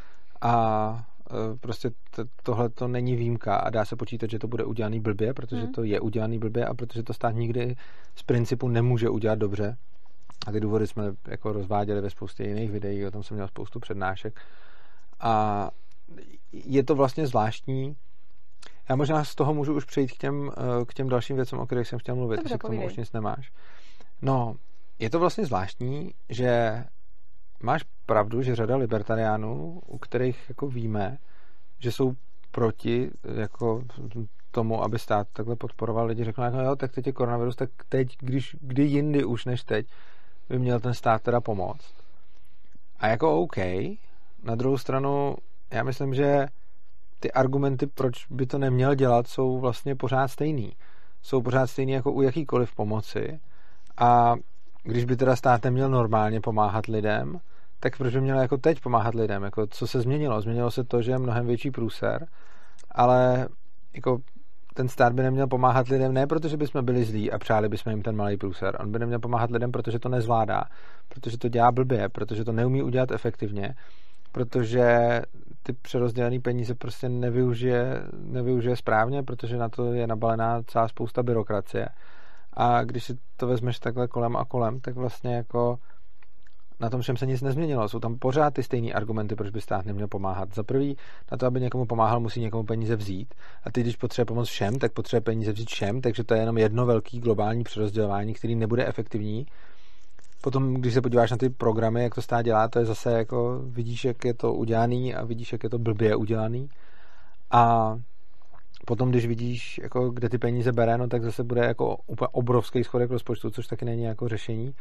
B: A prostě tohle to není výjimka a dá se počítat, že to bude udělaný blbě, protože to je udělaný blbě a protože to stát nikdy z principu nemůže udělat dobře. A ty důvody jsme jako rozváděli ve spoustě jiných videí, o tom jsem měl spoustu přednášek. A je to vlastně zvláštní. Já možná z toho můžu už přejít k těm dalším věcem, o kterých jsem chtěl mluvit, jestli k tomu už nic nemáš. No, je to vlastně zvláštní, že máš pravdu, že řada libertariánů, u kterých jako víme, že jsou proti jako tomu, aby stát takhle podporoval lidi, řeknou, jako, jo, tak teď je koronavirus, tak teď, kdy jindy už než teď, by měl ten stát teda pomoct. A jako OK, na druhou stranu, já myslím, že ty argumenty, proč by to neměl dělat, jsou vlastně pořád stejný. Jsou pořád stejný jako u jakýkoliv pomoci. A když by teda stát neměl normálně pomáhat lidem, tak proč by měl jako teď pomáhat lidem? Jako, co se změnilo? Změnilo se to, že je mnohem větší průser, ale jako ten stát by neměl pomáhat lidem ne protože bychom byli zlí a přáli bychom jim ten malý průser. On by neměl pomáhat lidem, protože to nezvládá, protože to dělá blbě, protože to neumí udělat efektivně, protože ty přerozdělené peníze prostě nevyužije správně, protože na to je nabalená celá spousta byrokracie. A když si to vezmeš takhle kolem a kolem, tak vlastně jako na tom všem se nic nezměnilo. Jsou tam pořád ty stejné argumenty, proč by stát neměl pomáhat. Za prvý, na to, aby někomu pomáhal, musí někomu peníze vzít. A ty, když potřebuje pomoct všem, tak potřebuje peníze vzít všem, takže to je jenom jedno velký globální přerozdělování, který nebude efektivní. Potom, když se podíváš na ty programy, jak to stát dělá, to je zase jako vidíš, jak je to udělaný a vidíš, jak je to blbě udělaný. A potom, když vidíš, jako, kde ty peníze bere, no, tak zase bude jako úplně obrovský schodek rozpočtu, což taky není jako řešení.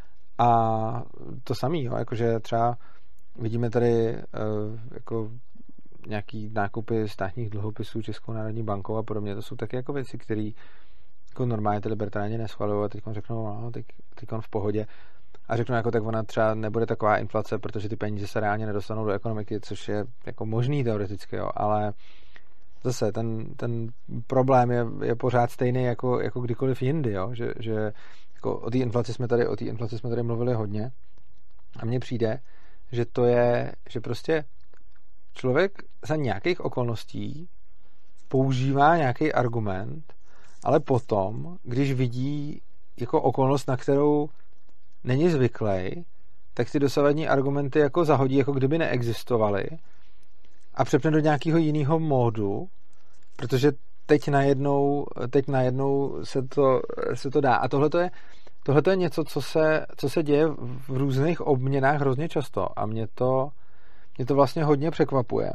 B: A to samý, jo, jakože třeba vidíme tady jako nějaký nákupy státních dluhopisů Českou národní bankou a podobně, to jsou taky jako věci, které jako normálně ty libertariáni neschvalují a teď řeknou, no, teď v pohodě a řeknou, jako tak ona třeba nebude taková inflace, protože ty peníze se reálně nedostanou do ekonomiky, což je jako možný teoreticky, jo, ale zase ten problém je pořád stejný jako kdykoliv jindy, jo, že jako o té inflaci jsme tady mluvili hodně a mně přijde, že to je, že prostě člověk za nějakých okolností používá nějaký argument, ale potom, když vidí jako okolnost, na kterou není zvyklý, tak ty dosavadní argumenty jako zahodí, jako kdyby neexistovaly a přepne do nějakého jiného módu, protože teď najednou se to dá. A tohle je něco, co se děje v různých obměnách hrozně často a mě to vlastně hodně překvapuje.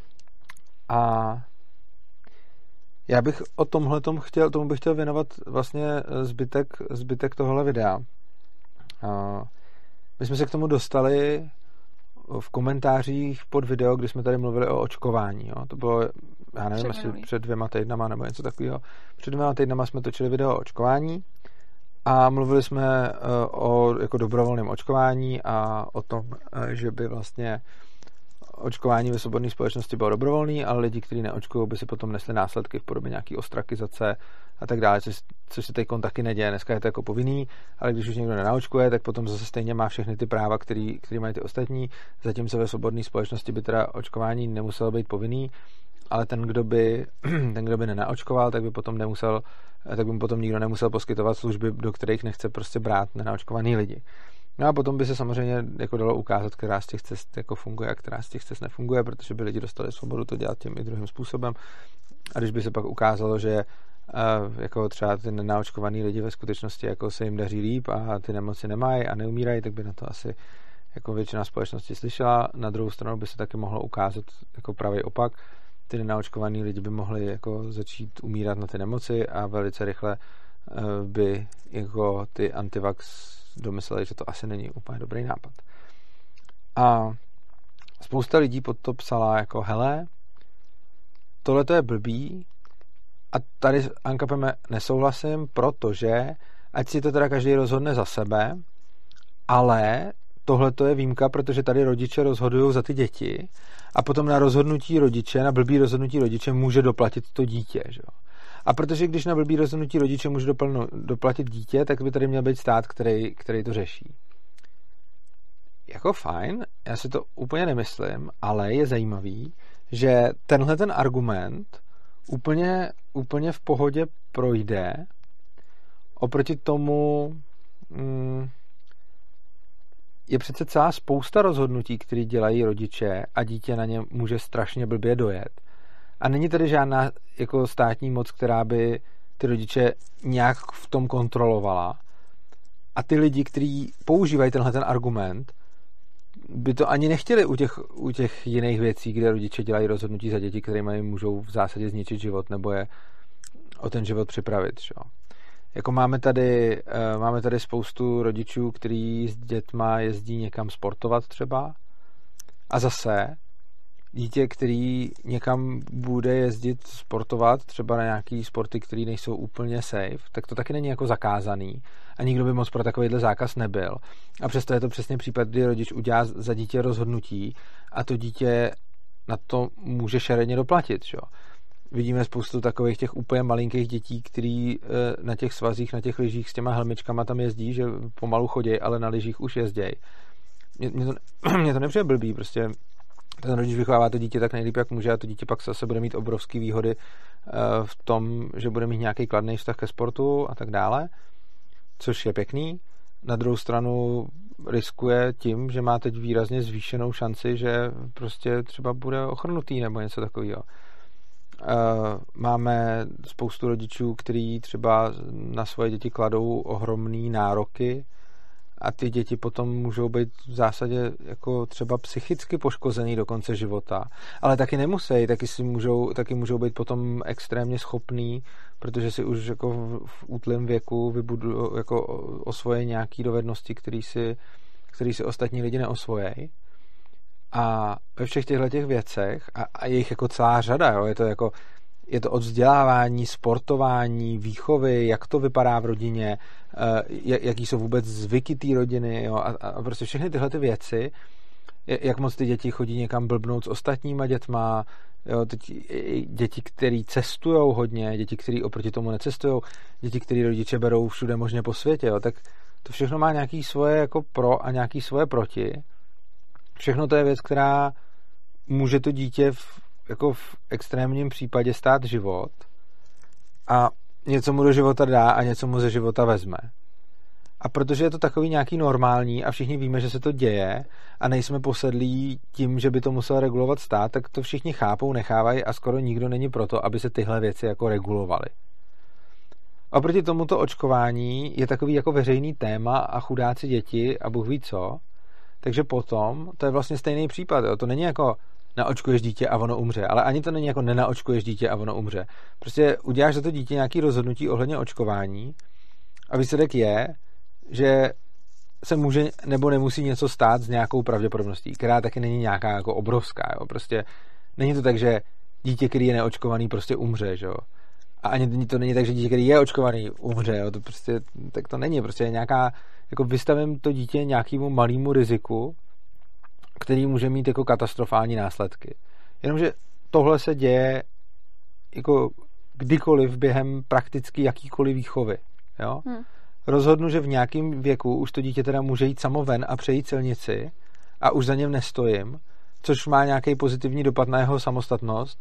B: A já bych o tomu bych chtěl věnovat vlastně zbytek tohohle videa. My jsme se k tomu dostali v komentářích pod video, kdy jsme tady mluvili o očkování. Jo. To bylo, já nevím, asi před 2 týdnama nebo něco takového. Před 2 týdnama jsme točili video o očkování a mluvili jsme o jako dobrovolném očkování a o tom, že by vlastně očkování ve svobodné společnosti bylo dobrovolný, ale lidi, kteří neočkují, by si potom nesli následky v podobě nějaký ostrakizace a tak dále, což se teď taky neděje. Dneska je to jako povinný, ale když už někdo nenaočkuje, tak potom zase stejně má všechny ty práva, který mají ty ostatní, zatímco ve svobodné společnosti by teda očkování nemuselo být povinný ale ten, kdo by nenaočkoval, tak by mu potom nikdo nemusel poskytovat služby, do kterých nechce prostě brát nenaočkovaný lidi. No a potom by se samozřejmě jako dalo ukázat, která z těch cest jako funguje a která z těch cest nefunguje, protože by lidi dostali svobodu to dělat tím i druhým způsobem. A když by se pak ukázalo, že jako třeba ty nenaočkovaný lidi ve skutečnosti jako se jim daří líp a ty nemoci nemají a neumírají, tak by na to asi jako většina společnosti slyšela. Na druhou stranu by se taky mohlo ukázat jako pravý opak. Ty nenaočkovaný lidi by mohli jako začít umírat na ty nemoci a velice rychle by jako ty antivax domysleli, že to asi není úplně dobrý nápad. A spousta lidí pod to psala jako hele, tohle to je blbý a tady s Ankapem nesouhlasím, protože ať si to teda každý rozhodne za sebe, ale tohle to je výjimka, protože tady rodiče rozhodují za ty děti a potom na rozhodnutí rodiče, na blbý rozhodnutí rodiče může doplatit to dítě, že jo. A protože když na blbý rozhodnutí rodiče může doplatit dítě, tak by tady měl být stát, který to řeší. Jako fajn, já si to úplně nemyslím, ale je zajímavý, že tenhle ten argument úplně v pohodě projde oproti tomu je přece celá spousta rozhodnutí, které dělají rodiče a dítě na ně může strašně blbě dojet. A není tady žádná jako státní moc, která by ty rodiče nějak v tom kontrolovala. A ty lidi, kteří používají tenhle ten argument, by to ani nechtěli u těch jiných věcí, kde rodiče dělají rozhodnutí za děti, které můžou v zásadě zničit život nebo je o ten život připravit. Čo? Jako máme tady spoustu rodičů, kteří s dětma jezdí někam sportovat třeba a zase dítě, který někam bude jezdit sportovat, třeba na nějaký sporty, které nejsou úplně safe, tak to taky není jako zakázaný a nikdo by moc pro takovýhle zákaz nebyl. A přesto je to přesně případ, kdy rodič udělá za dítě rozhodnutí a to dítě na to může šeredně doplatit. Čo? Vidíme spoustu takových těch úplně malinkých dětí, který na těch svazích, na těch lyžích s těma helmičkama tam jezdí, že pomalu chodí, ale na lyžích už jezdějí. Mně to nepřijde blbý, prostě ten rodič vychovává to dítě tak nejlíp, jak může a to dítě pak zase bude mít obrovské výhody v tom, že bude mít nějaký kladný vztah ke sportu a tak dále, což je pěkný. Na druhou stranu riskuje tím, že má teď výrazně zvýšenou šanci, že prostě třeba bude ochrnutý nebo něco takového. Máme spoustu rodičů, kteří třeba na svoje děti kladou ohromný nároky a ty děti potom můžou být v zásadě jako třeba psychicky poškozený do konce života. Ale taky nemusí, taky můžou být potom extrémně schopný, protože si už jako v útlém věku jako osvojí nějaké dovednosti, které si ostatní lidi neosvojejí. A ve všech těchto věcech, a je jich jako celá řada, jo, je to od vzdělávání, sportování, výchovy, jak to vypadá v rodině, jaký jsou vůbec zvyky té rodiny, jo, a prostě všechny tyhle ty věci, jak moc ty děti chodí někam blbnout s ostatníma dětma, jo, děti, který cestujou hodně, děti, který oproti tomu necestujou, děti, který rodiče berou všude možně po světě, jo, tak to všechno má nějaký svoje jako pro a nějaký svoje proti. Všechno to je věc, která může to dítě v extrémním případě stát život a něco mu do života dá a něco mu ze života vezme. A protože je to takový nějaký normální a všichni víme, že se to děje a nejsme posedlí tím, že by to musel regulovat stát, tak to všichni chápou, nechávají a skoro nikdo není proto, aby se tyhle věci jako regulovaly. A proti tomuto očkování je takový jako veřejný téma a chudáci děti a Bůh ví co. Takže potom to je vlastně stejný případ. Jo. To není jako naočkuješ dítě a ono umře, ale ani to není jako nenaočkuješ dítě a ono umře. Prostě uděláš za to dítě nějaké rozhodnutí ohledně očkování a výsledek je, že se může nebo nemusí něco stát s nějakou pravděpodobností, která taky není nějaká jako obrovská. Jo. Prostě není to tak, že dítě, který je neočkovaný, prostě umře. Že jo. A ani to není tak, že dítě, který je očkovaný, umře. Jo. To prostě, tak to není. Prostě je nějaká, jako vystavím to dítě nějakému malému riziku, který může mít jako katastrofální následky. Jenomže tohle se děje jako kdykoliv během prakticky jakýkoliv výchovy. Jo? Rozhodnu, že v nějakém věku už to dítě teda může jít samo ven a přejít silnici a už za něm nestojím, což má nějaký pozitivní dopad na jeho samostatnost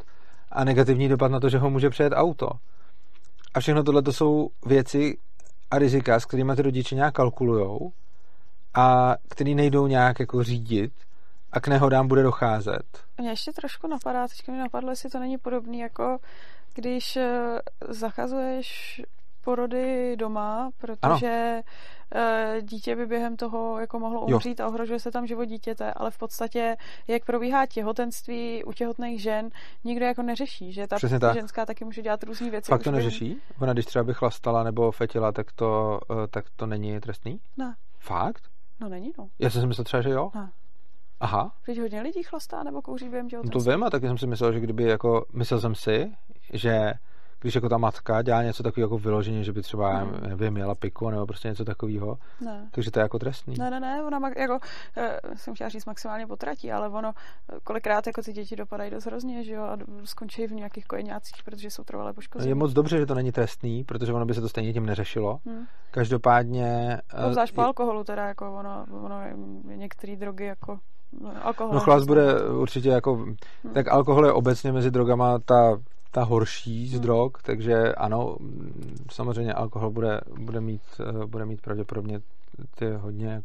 B: a negativní dopad na to, že ho může přejet auto. A všechno tohle to jsou věci a rizika, s kterými ty rodiče nějak kalkulujou a který nejdou nějak jako řídit a k nehodám bude docházet.
A: Mě ještě trošku napadá, teďka mi napadlo, jestli to není podobný, jako když zakazuješ porody doma, protože dítě by během toho jako mohlo umřít a ohrožuje se tam život dítěte, ale v podstatě, jak probíhá těhotenství u těhotných žen, nikdo jako neřeší, že ta ženská taky může dělat různý věci.
B: Fakt to neřeší? Ona když třeba by chlastala nebo fetila, tak to není trestný?
A: Ne.
B: Fakt?
A: No není, no.
B: Já jsem si myslel třeba, že jo?
A: Ne.
B: Aha.
A: Když hodně lidí chlastá nebo kouří během těhotenství.
B: No to vím, a taky jsem si myslel, že myslel jsem si, že když jako ta matka dělá něco takového jako vyloženě, že by třeba, nevím, jela piku nebo prostě něco takového, takže to je jako trestný.
A: Ne, ona jako, jsem chtěla říct maximálně potratí, ale ono kolikrát jako ty děti dopadají dost hrozně, že jo, a skončí v nějakých kojeňácích, protože jsou trvalé poškození.
B: Je moc dobře, že to není trestný, protože ono by se to stejně tím neřešilo. Každopádně...
A: Obzvlášť po alkoholu teda, jako ono některé drogy jako... Alkohol,
B: no chlast bude určitě jako... Tak alkohol je obecně mezi drogama ta horší z drog, takže ano, samozřejmě alkohol bude mít pravděpodobně ty hodně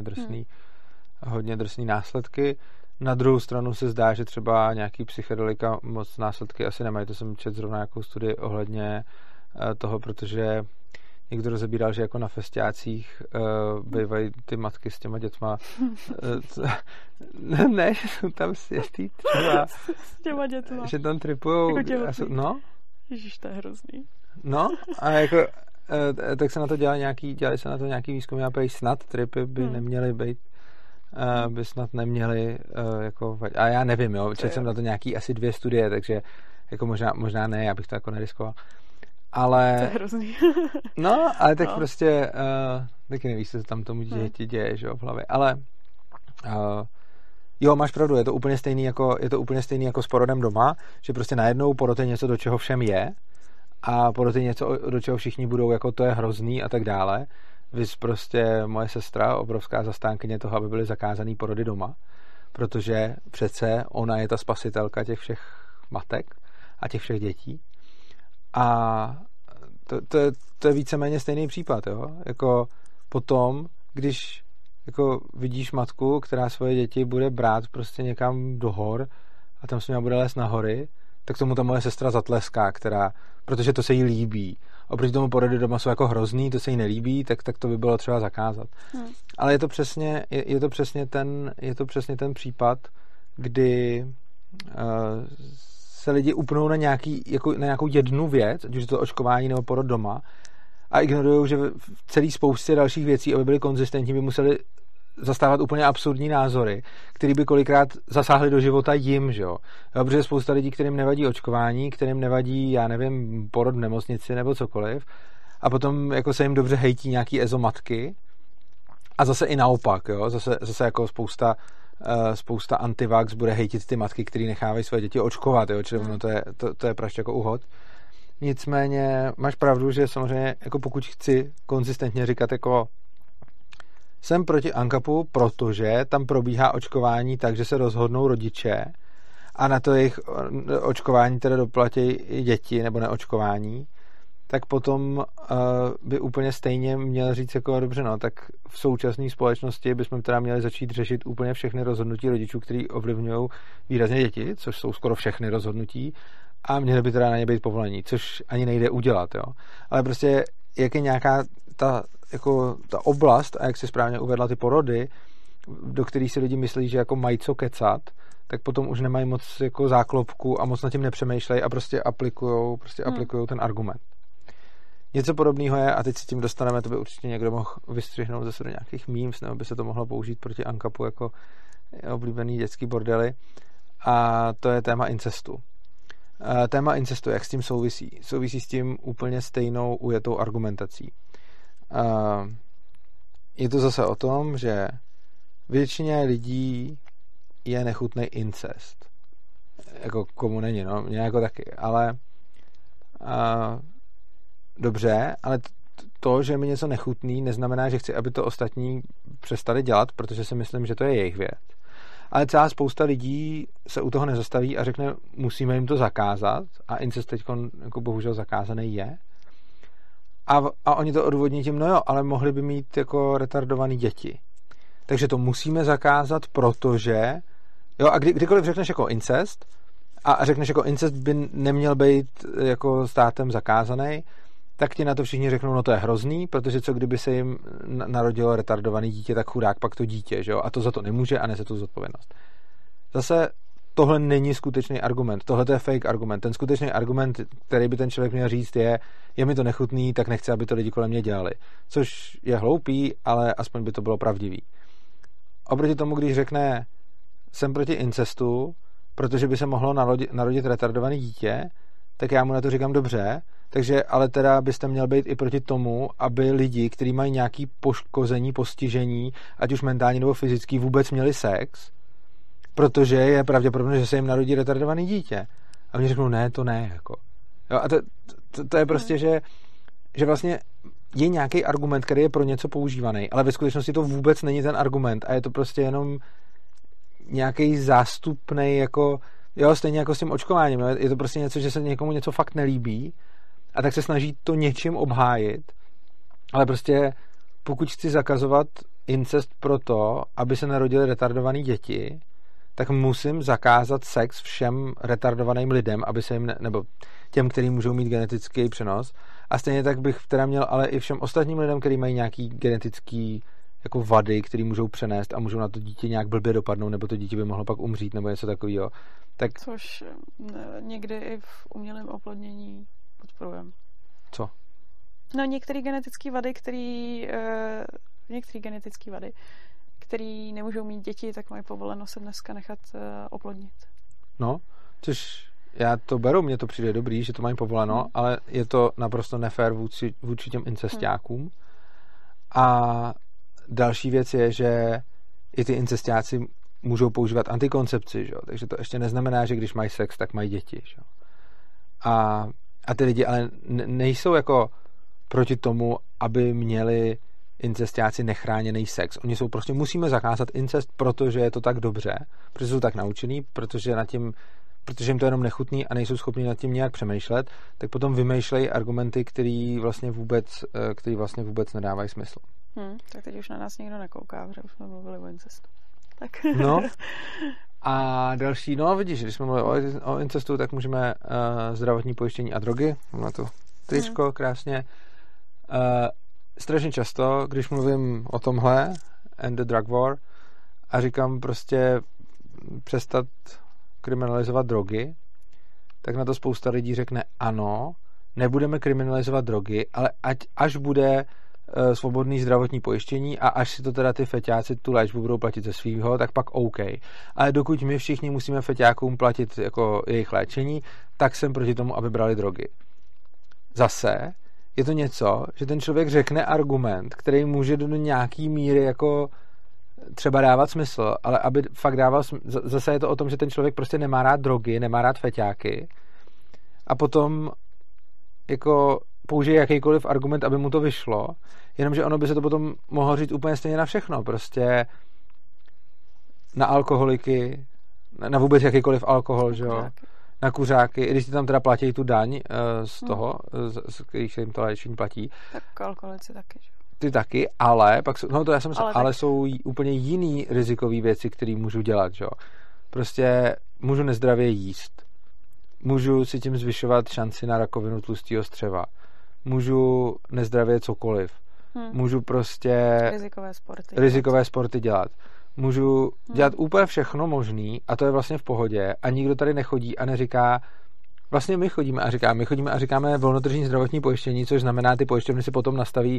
B: drsný následky. Na druhou stranu se zdá, že třeba nějaký psychedelika moc následky asi nemají. To jsem četl zrovna nějakou studii ohledně toho, protože někdo rozebíral, že jako na festiácích bývají ty matky s těma dětma. Ne, že jsou tam světlí třeba.
A: S těma dětma.
B: Že tam tripujou.
A: Jako
B: no?
A: Ježiš, to je hrozný.
B: No, a jako tak se na to dělali se na to nějaký výzkumy a snad tripy by neměly být by snad neměly jako, a já nevím, jo, četl jsem na to nějaký asi 2 studie, takže jako možná ne, já bych to jako neriskoval. Ale...
A: To je hrozný.
B: No, ale tak prostě taky nevíš, co se tam tomu děti děje, že jo, v hlavě. Ale jo, máš pravdu, je to úplně stejný jako s porodem doma, že prostě najednou porod je něco, do čeho všem je, a porod je něco, do čeho všichni budou, jako to je hrozný a tak dále. Vys prostě moje sestra, obrovská zastánkyně toho, aby byly zakázaný porody doma, protože přece ona je ta spasitelka těch všech matek a těch všech dětí. A to je víceméně stejný případ, jo? Jako potom, když jako vidíš matku, která svoje děti bude brát prostě někam do hor a tam s nimi bude lézt na hory, tak tomu ta moje sestra zatleská, protože to se jí líbí. Oproti tomu porody doma jsou jako hrozný, to se jí nelíbí, tak to by bylo třeba zakázat. Ale je to přesně ten případ, kdy se lidi upnou na nějakou jednu věc, ať už je to očkování nebo porod doma, a ignorují, že v celé spoustě dalších věcí, aby byly konzistentní, by museli zastávat úplně absurdní názory, které by kolikrát zasáhly do života jim, že jo. Protože je spousta lidí, kterým nevadí očkování, kterým nevadí, já nevím, porod v nemocnici nebo cokoliv, a potom jako se jim dobře hejtí nějaký ezomatky, a zase i naopak, jo. Zase jako spousta antivax bude hejtit ty matky, které nechávají své děti očkovat, jo. Čili ono to je prašť jako uhod. Nicméně máš pravdu, že samozřejmě jako pokud chci konzistentně říkat jako jsem proti ANCAPu, protože tam probíhá očkování tak, že se rozhodnou rodiče a na to jejich očkování teda doplatí i děti nebo neočkování, tak potom by úplně stejně měl říct jako dobře, no, tak v současné společnosti bychom teda měli začít řešit úplně všechny rozhodnutí rodičů, který ovlivňují výrazně děti, což jsou skoro všechny rozhodnutí, a měly by teda na ně být povolení, což ani nejde udělat, jo. Ale prostě jak je nějaká ta oblast, a jak si správně uvedla ty porody, do kterých si lidi myslí, že jako mají co kecat, tak potom už nemají moc jako záklopku a moc nad tím nepřemýšlejí a prostě aplikujou ten argument. Něco podobného je, a teď si tím dostaneme, to by určitě někdo mohl vystřihnout zase do nějakých memes, nebo by se to mohlo použít proti ANCAPu jako oblíbený dětský bordely, a to je téma incestu. Téma incestu, jak s tím souvisí? Souvisí s tím úplně stejnou ujetou argumentací. Je to zase o tom, že většině lidí je nechutný incest. Jako komu není, no, mě jako taky, ale dobře, ale to, že mi něco nechutný, neznamená, že chci, aby to ostatní přestali dělat, protože si myslím, že to je jejich věc. ale celá spousta lidí se u toho nezastaví a řekne, musíme jim to zakázat a incest teď jako bohužel zakázaný je. A oni to odůvodní tím, no jo, ale mohli by mít jako retardovaný děti. Takže to musíme zakázat, protože jo, a kdykoliv řekneš jako incest a řekneš jako incest by neměl být jako státem zakázaný, tak ti na to všichni řeknou, no to je hrozný, protože co kdyby se jim narodilo retardovaný dítě, tak chudák pak to dítě, že jo? A to za to nemůže a nese tu zodpovědnost. Zase tohle není skutečný argument, tohle je fake argument. Ten skutečný argument, který by ten člověk měl říct, je mi to nechutný, tak nechci, aby to lidi kolem mě dělali. Což je hloupý, ale aspoň by to bylo pravdivý. Oproti tomu, když řekne, jsem proti incestu, protože by se mohlo narodit retardovaný dítě, tak já mu na to říkám dobře, takže ale teda byste měl být i proti tomu, aby lidi, kteří mají nějaký poškození, postižení, ať už mentální nebo fyzický, vůbec měli sex, protože je pravděpodobné, že se jim narodí retardovaný dítě. A oni řeknou, ne, to ne. Jako. Jo, a to je prostě, že vlastně je nějaký argument, který je pro něco používaný, ale ve skutečnosti to vůbec není ten argument a je to prostě jenom nějaký zástupnej, jako, jo, stejně jako s tím očkováním. Jo, je to prostě něco, že se někomu něco fakt nelíbí a tak se snaží to něčím obhájit, ale prostě pokud chci zakazovat incest proto, aby se narodily retardované děti, tak musím zakázat sex všem retardovaným lidem, aby se jim, nebo těm, kteří můžou mít genetický přenos. A stejně tak bych teda měl ale i všem ostatním lidem, kteří mají nějaký genetický jako vady, které můžou přenést a můžou na to dítě nějak blbě dopadnout, nebo to dítě by mohlo pak umřít, nebo něco takového. Tak...
A: Což někdy i v umělém oplodnění podporujeme.
B: Co?
A: No některé genetické vady, který nemůžou mít děti, tak mají povoleno se dneska nechat oplodnit.
B: No, což já to beru, mně to přijde dobrý, že to mají povoleno, ale je to naprosto nefér vůči těm incestiákům. A další věc je, že i ty incestiáci můžou používat antikoncepci, že? Takže to ještě neznamená, že když mají sex, tak mají děti. Že? A ty lidi ale nejsou jako proti tomu, aby měli incestiáci nechráněný sex. Oni jsou prostě, musíme zakázat incest, protože je to tak dobře, protože jsou tak naučený, protože jim to jenom nechutný a nejsou schopni nad tím nějak přemýšlet, tak potom vymýšlejí argumenty, které vlastně vůbec nedávají smysl.
A: Tak teď už na nás nikdo nekouká, protože už jsme mluvili o incestu. Tak.
B: No. A další, no vidíš, když jsme mluvili o incestu, tak můžeme zdravotní pojištění a drogy. Máme to tričko krásně. Strašně často, když mluvím o tomhle, and the drug war, a říkám prostě přestat kriminalizovat drogy, tak na to spousta lidí řekne ano, nebudeme kriminalizovat drogy, ale až bude svobodný zdravotní pojištění a až si to teda ty feťáci tu léčbu budou platit ze svýho, tak pak OK. Ale dokud my všichni musíme feťákům platit jako jejich léčení, tak jsem proti tomu, aby brali drogy. Zase je to něco, že ten člověk řekne argument, který může do nějaký míry jako třeba dávat smysl, ale aby fakt dával zase je to o tom, že ten člověk prostě nemá rád drogy, nemá rád feťáky a potom jako použije jakýkoliv argument, aby mu to vyšlo, jenomže ono by se to potom mohlo říct úplně stejně na všechno, prostě na alkoholiky, na vůbec jakýkoliv alkohol, že jo, na kuřáky, i když ti tam teda platí tu daň z toho, z kterých se jim to léčení platí.
A: Tak alkoholici taky, že?
B: Ty taky, ale pak jsou, no to já jsem myslel, ale jsou úplně jiný rizikové věci, které můžu dělat, že jo. Prostě můžu nezdravě jíst. Můžu si tím zvyšovat šanci na rakovinu tlustého střeva. Můžu nezdravě cokoliv. Můžu prostě rizikové sporty dělat. Můžu dělat úplně všechno možný a to je vlastně v pohodě a nikdo tady nechodí a neříká, vlastně my chodíme a říkáme volnotržní zdravotní pojištění, což znamená, ty pojišťovny si potom nastaví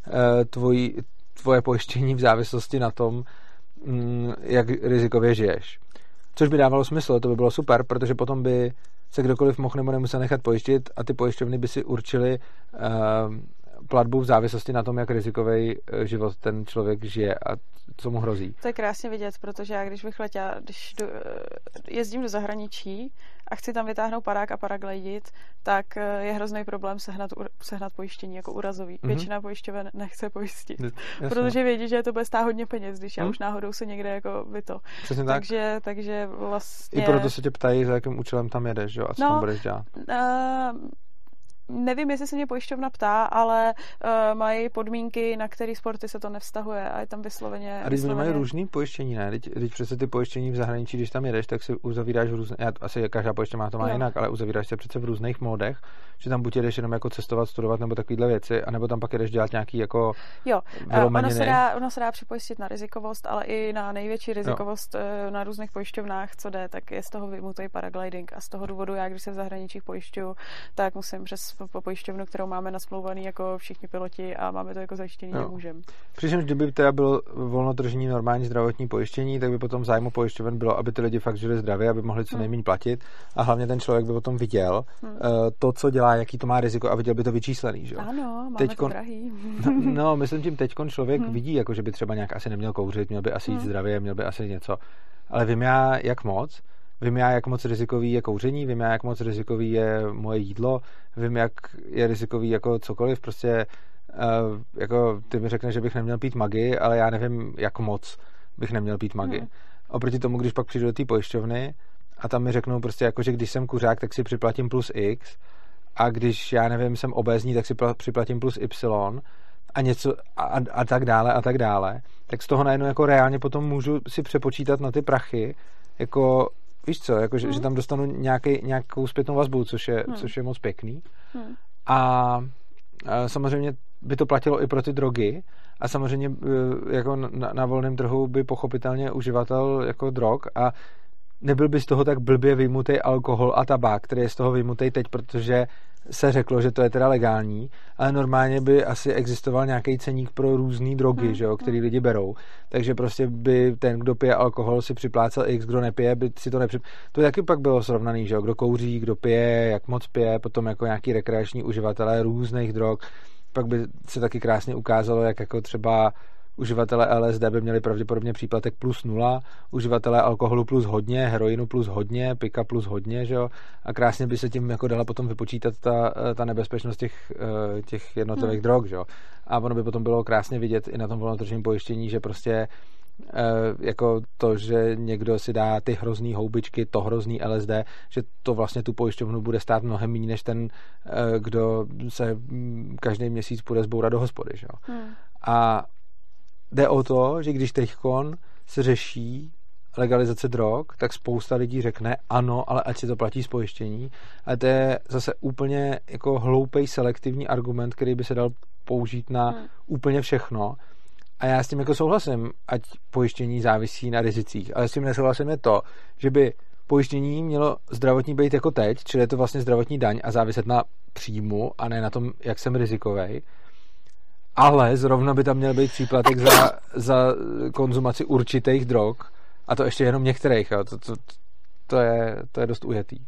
B: tvoje pojištění v závislosti na tom, jak rizikově žiješ. Což by dávalo smysl, to by bylo super, protože potom by se kdokoliv mohl nebo nemusel nechat pojištit a ty pojišťovny by si určily platbu v závislosti na tom, jak rizikový život ten člověk žije a co mu hrozí.
A: To je krásně vidět, protože já když jezdím do zahraničí a chci tam vytáhnout padák a paraglidit, tak je hrozný problém sehnat pojištění jako úrazový. Většina pojišťoven nechce pojistit, protože vědí, že to bude stát hodně peněz, když já už náhodou se někde jako vyto.
B: Přesně
A: takže vlastně...
B: I proto se tě ptají, za jakým účelem tam jedeš, jo? A co tam budeš dělat?
A: Nevím, jestli se mě pojišťovna ptá, ale mají podmínky, na které sporty se to nevztahuje a je tam vysloveně...
B: A když mají různý pojištění, ne? Teď přece ty pojištění v zahraničí, když tam jedeš, tak si uzavíráš asi každá pojišťovna to má jinak, ale uzavíráš se přece v různých módech, že tam buď jedeš jenom jako cestovat, studovat nebo takovýhle věci, anebo tam pak jedeš dělat nějaký jako
A: ono se dá připojistit na rizikovost, ale i na největší rizikovost na různých pojišťovnách, co jde, tak je z toho vymutý paragliding a z toho důvodu já, když se v zahraničí pojišťuju, tak musím přes pojišťovnu, kterou máme nasmlouvaný jako všichni piloti a máme to jako zajištění, nemůžeme.
B: Přičemž kdyby teda bylo volnotržní normální zdravotní pojištění, tak by potom v zájmu pojišťoven bylo, aby ty lidi fakt žili zdravě, aby mohli co nejméně platit a hlavně ten člověk by potom viděl to, co dělá, jaký to má riziko a viděl by to vyčíslený, že?
A: Ano, máme to drahý.
B: No, myslím tím teďkon člověk vidí, jako že by třeba nějak asi neměl kouřit, měl by asi jít zdravě, měl by asi něco. Ale vím já, jak moc rizikový je kouření, vím já, jak moc rizikový je moje jídlo, vím, jak je rizikový jako cokoliv, prostě jako ty mi řekneš, že bych neměl pít Maggi, ale já nevím, jak moc bych neměl pít Maggi. Oproti tomu, když pak přijdu do té pojišťovny a tam mi řeknou prostě jako, že když jsem kuřák, tak si připlatím plus X a když, já nevím, jsem obézní, tak si připlatím plus Y a něco a tak dále, tak z toho najednou jako reálně potom můžu si přepočítat na ty prachy, jako víš co, jako, že tam dostanu nějakou zpětnou vazbu, což je moc pěkný. A samozřejmě by to platilo i pro ty drogy a samozřejmě jako na volném trhu by pochopitelně uživatel jako drog a nebyl by z toho tak blbě vyjmutý alkohol a tabák, který je z toho vyjmutý teď, protože se řeklo, že to je teda legální, ale normálně by asi existoval nějaký ceník pro různý drogy, že jo, který lidi berou. Takže prostě by ten, kdo pije alkohol, si připlácel X, kdo nepije, by si to To taky pak bylo srovnaný, že jo, kdo kouří, kdo pije, jak moc pije, potom jako nějaký rekreační uživatelé různých drog. Pak by se taky krásně ukázalo, jak jako třeba uživatelé LSD by měli pravděpodobně příplatek plus 0, uživatelé alkoholu plus hodně, heroinu plus hodně, pika plus hodně, že jo? A krásně by se tím jako dala potom vypočítat ta nebezpečnost těch jednotlivých drog, že jo? A ono by potom bylo krásně vidět i na tom volnotržním pojištění, že prostě jako to, že někdo si dá ty hrozný houbičky, to hrozný LSD, že to vlastně tu pojišťovnu bude stát mnohem méně než ten, kdo se každý měsíc půjde zbourat do hospody, že jo? A jde o to, že když teďkon se řeší legalizace drog, tak spousta lidí řekne ano, ale ať si to platí z pojištění. Ale to je zase úplně jako hloupej selektivní argument, který by se dal použít na úplně všechno. A já s tím jako souhlasím, ať pojištění závisí na rizicích. Ale s tím nesouhlasím je to, že by pojištění mělo zdravotní být jako teď, čili je to vlastně zdravotní daň a záviset na příjmu a ne na tom, jak jsem rizikovej. Ale zrovna by tam měl být příplatek za konzumaci určitých drog a to ještě jenom některých. Jo. To je dost ujetý.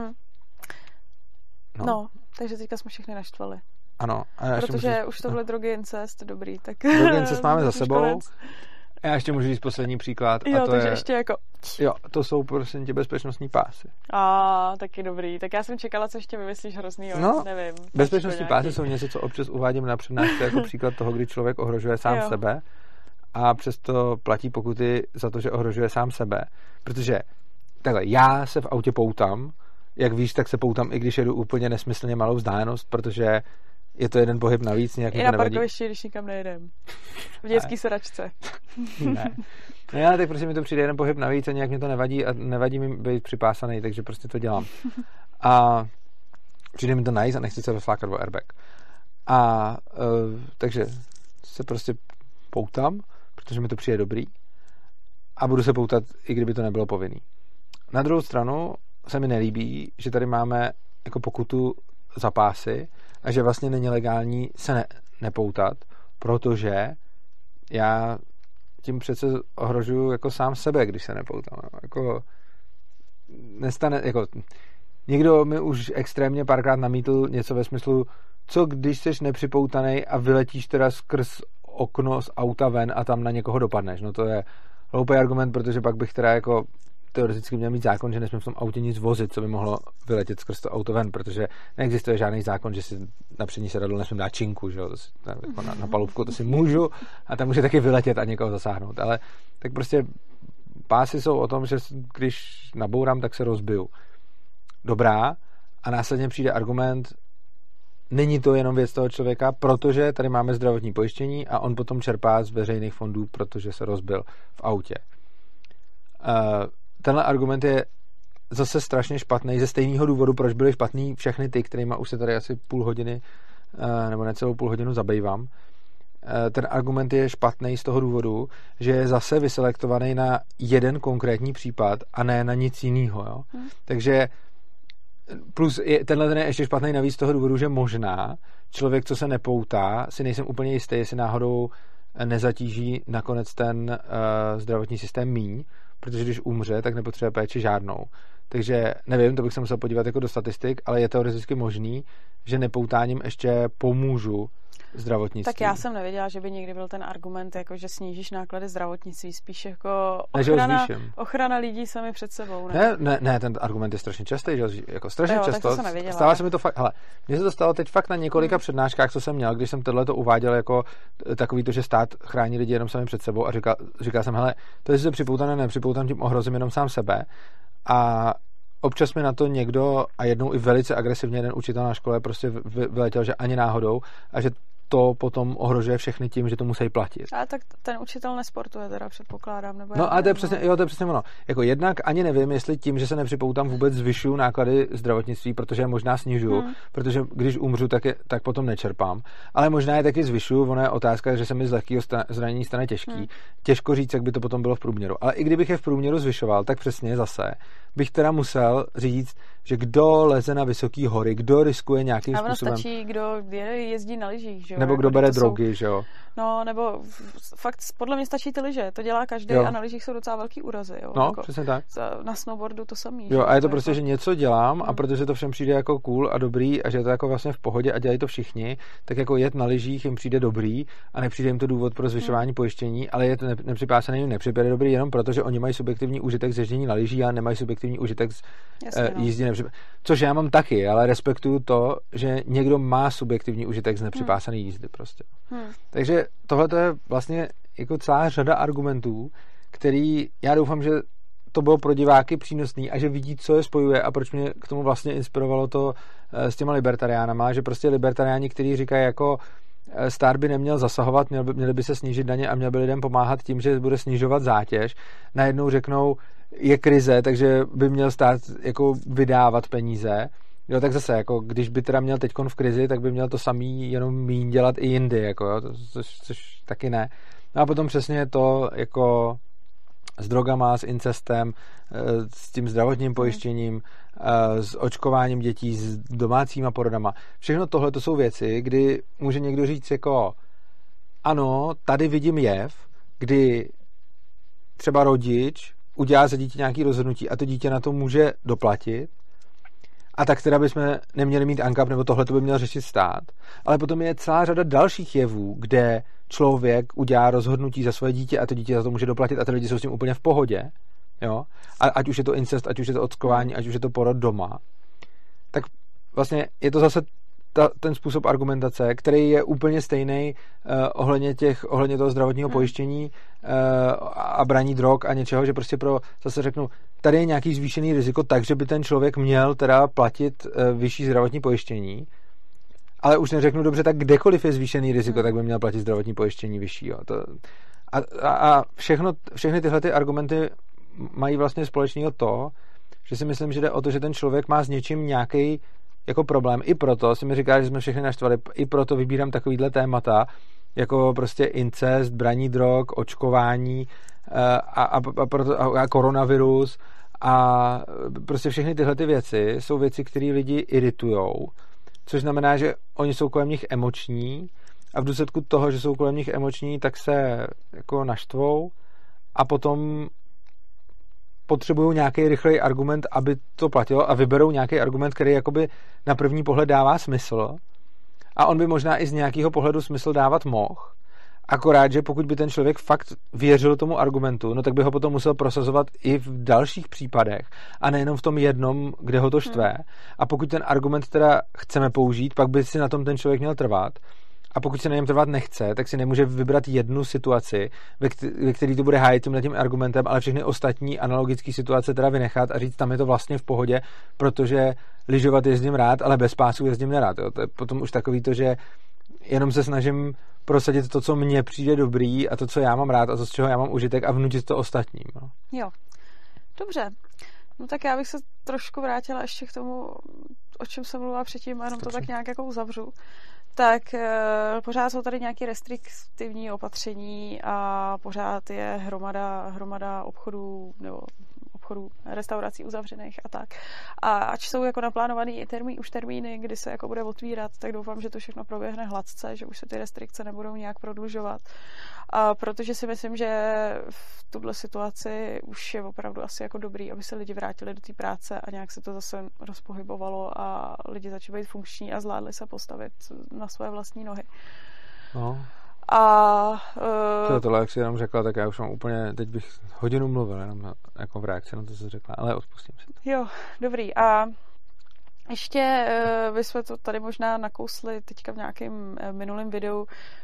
A: No, takže teďka jsme všechny naštvali.
B: Ano.
A: Protože už to byly drogy incest, dobrý. Tak
B: drogy incest máme za sebou. Já ještě můžu říct poslední příklad.
A: Jo,
B: a to
A: takže
B: je,
A: ještě jako...
B: Jo, to jsou prostě tě bezpečnostní pásy.
A: Taky dobrý. Tak já jsem čekala, co ještě vymyslíš hroznýho.
B: No,
A: nevím.
B: Bezpečnostní pásy jsou něco, co občas uvádím na přednášce jako příklad toho, kdy člověk ohrožuje sám sebe a přesto platí pokuty za to, že ohrožuje sám sebe. Protože takhle, já se v autě poutám, jak víš, tak se poutám, i když jedu úplně nesmyslně malou vzdálenost, protože je to jeden pohyb navíc, nějak mi to nevadí.
A: I na parkovišti, když nikam nejedem. V dětský sedačce.
B: Ne. No já, tak prostě mi to přijde jeden pohyb navíc a nějak mi to nevadí a nevadí mi být připásaný, takže prostě to dělám. A přijde mi to nice a nechci se vyflákat o airbag. A takže se prostě poutám, protože mi to přijde dobrý a budu se poutat, i kdyby to nebylo povinný. Na druhou stranu se mi nelíbí, že tady máme jako pokutu za pásy a že vlastně není legální se nepoutat, protože já tím přece ohrožuju jako sám sebe, když se nepoutám. Jako nestane, jako někdo mi už extrémně párkrát namítl něco ve smyslu, co když jsi nepřipoutanej a vyletíš teda skrz okno z auta ven a tam na někoho dopadneš. No to je hloupý argument, protože pak bych teda jako teoreticky měl mít zákon, že nesmím v tom autě nic vozit, co by mohlo vyletět skrz to auto ven, protože neexistuje žádný zákon, že si na přední sedadlo nesmím dát činku, že jo, to si, jako na palubku to si můžu a tam může taky vyletět a někoho zasáhnout, ale tak prostě pásy jsou o tom, že když nabourám, tak se rozbiju. Dobrá, a následně přijde argument, není to jenom věc toho člověka, protože tady máme zdravotní pojištění a on potom čerpá z veřejných fondů, protože se rozbil v autě. Tenhle argument je zase strašně špatný ze stejného důvodu, proč byly špatný všechny ty, kterýma už se tady asi půl hodiny nebo necelou půl hodinu zabývám. Ten argument je špatný z toho důvodu, že je zase vyselektovaný na jeden konkrétní případ a ne na nic jiného. Jo? Takže plus tenhle ten je ještě špatný navíc z toho důvodu, že možná člověk, co se nepoutá, si nejsem úplně jistý, jestli náhodou nezatíží nakonec ten zdravotní systém míň, protože když umře, tak nepotřebuje péči žádnou. Takže nevím, to bych se musel podívat jako do statistik, ale je teoreticky možný, že nepoutáním ještě pomůžu zdravotnictví.
A: Tak já jsem nevěděla, že by někdy byl ten argument, jako že snížíš náklady zdravotnictví, spíš jako ochrana lidí sami před sebou.
B: Ne, ten argument je strašně častý, že jako strašně často. Stává se mi to fakt, hele, mně se to stalo teď fakt na několika přednáškách, co jsem měl, když jsem tohle to uváděl jako takový to, že stát chrání lidi jenom sami před sebou a říkal jsem, hele, to je, že se připoutam, nepřipoutam, tím ohrozím jenom sám sebe. A občas mi na to někdo a jednou i velice agresivně jeden učitel na škole prostě vyletěl, že ani náhodou a že to potom ohrožuje všechny tím, že to musí platit.
A: Ale tak ten učitel nesportuje teda, předpokládám. Nebo
B: no a to je přesně, jo, to je přesně ono. Jako jednak ani nevím, jestli tím, že se nepřipoutám, vůbec zvyšuju náklady zdravotnictví, protože je možná snižuju, protože když umřu, tak potom nečerpám. Ale možná je taky zvyšuju, ona je otázka, že se mi z lehkého zranění stane těžký. Těžko říct, jak by to potom bylo v průměru. Ale i kdybych je v průměru zvyšoval, tak přesně zase bych teda musel říct, že kdo leze na vysoké hory, kdo riskuje nějakým způsobem.
A: A stačí, kdo jezdí na lyžích, že jo?
B: Nebo kdo bere drogy, že jo?
A: No, nebo fakt podle mě stačí ty lyže. To dělá každý a na lyžích jsou docela velký úrazy, jo?
B: No,
A: jako
B: přesně tak.
A: Na snowboardu to samý.
B: Jo, a je to
A: jako
B: prostě, že něco dělám a protože to všem přijde jako cool a dobrý a že je to jako vlastně v pohodě a dělají to všichni, tak jako jet na lyžích jim přijde dobrý a nepřijde jim to důvod pro zvyšování pojištění, ale je to nepřipásaný jim nepřijde dobrý jenom proto, že oni mají subjektivní užitek z ježdění na lyžích a nemají subjektivní užitek z jízdy což já mám taky, ale respektuju to, že někdo má subjektivní užitek z nepřipásané jízdy prostě. Takže tohle je vlastně jako celá řada argumentů, který já doufám, že to bylo pro diváky přínosný a že vidí, co je spojuje a proč mě k tomu vlastně inspirovalo to s těma libertariánama, že prostě libertariáni, kteří říkají jako stát by neměl zasahovat, měli by se snížit daně a měl by lidem pomáhat tím, že bude snižovat zátěž, najednou řeknou, je krize, takže by měl stát jako vydávat peníze. Jo, tak zase, jako když by teda měl teďkon v krizi, tak by měl to samý jenom míň dělat i jindy, jako jo, což taky ne. No a potom přesně to, jako s drogama, s incestem, s tím zdravotním pojištěním, s očkováním dětí, s domácíma porodama. Všechno tohle to jsou věci, kdy může někdo říct jako ano, tady vidím jev, kdy třeba rodič udělá za dítě nějaké rozhodnutí a to dítě na to může doplatit. A tak teda bychom neměli mít ANCAP, nebo tohle to by měl řešit stát. Ale potom je celá řada dalších jevů, kde člověk udělá rozhodnutí za svoje dítě a to dítě za to může doplatit a ty lidi jsou s tím úplně v pohodě. Jo? A ať už je to incest, ať už je to očkování, ať už je to porod doma. Tak vlastně je to zase ten způsob argumentace, který je úplně stejný ohledně toho zdravotního pojištění a braní drog a něčeho, že prostě zase řeknu, tady je nějaký zvýšený riziko, takže by ten člověk měl teda platit vyšší zdravotní pojištění, ale už neřeknu dobře, tak kdekoliv je zvýšený riziko, tak by měl platit zdravotní pojištění vyšší. Jo. A všechny tyhle ty argumenty mají vlastně společného to, že si myslím, že jde o to, že ten člověk má s něčím nějaký jako problém. I proto si mi říká, že jsme všechny naštvali, i proto vybírám takovýhle témata, jako prostě incest, braní drog, očkování a koronavirus a prostě všechny tyhle ty věci jsou věci, které lidi iritujou, což znamená, že oni jsou kolem nich emoční a v důsledku toho, že jsou kolem nich emoční, tak se jako naštvou a potom potřebují nějaký rychlej argument, aby to platilo a vyberou nějaký argument, který jakoby na první pohled dává smysl a on by možná i z nějakého pohledu smysl dávat mohl, Akorát, že pokud by ten člověk fakt věřil tomu argumentu, no tak by ho potom musel prosazovat i v dalších případech a nejenom v tom jednom, kde ho to štve. A pokud ten argument teda chceme použít, pak by si na tom ten člověk měl trvat. A pokud se na něm trvat nechce, tak si nemůže vybrat jednu situaci, ve které to bude hájit tímhletím argumentem, ale všechny ostatní analogické situace teda vynechat a říct, tam je to vlastně v pohodě, protože lyžovat jezdím rád, ale bez pásů jezdím nerád. Jo. To je potom už takový to, že jenom se snažím prosadit to, co mně přijde dobrý a to, co já mám rád a to, z čeho já mám užitek a vnutit to ostatním. No.
A: Jo, dobře. No tak já bych se trošku vrátila ještě k tomu, o čem jsem mluvila předtím, a jenom to tak nějak jako uzavřu. Tak pořád jsou tady nějaké restriktivní opatření a pořád je hromada obchodů nebo restaurací uzavřených a tak. A ač jsou jako naplánovaný už termíny, kdy se jako bude otvírat, tak doufám, že to všechno proběhne hladce, že už se ty restrikce nebudou nějak prodlužovat. A protože si myslím, že v tuhle situaci už je opravdu asi jako dobrý, aby se lidi vrátili do té práce a nějak se to zase rozpohybovalo a lidi začali být funkční a zvládli se postavit na své vlastní nohy.
B: No.
A: A
B: tohle, jak jsi jenom řekla, tak já už mám úplně, teď bych hodinu mluvil jenom jako v reakci na to, co jsi řekla, ale odpustím si to.
A: Jo, dobrý. A ještě bychom to tady možná nakousli teďka v nějakém minulém videu.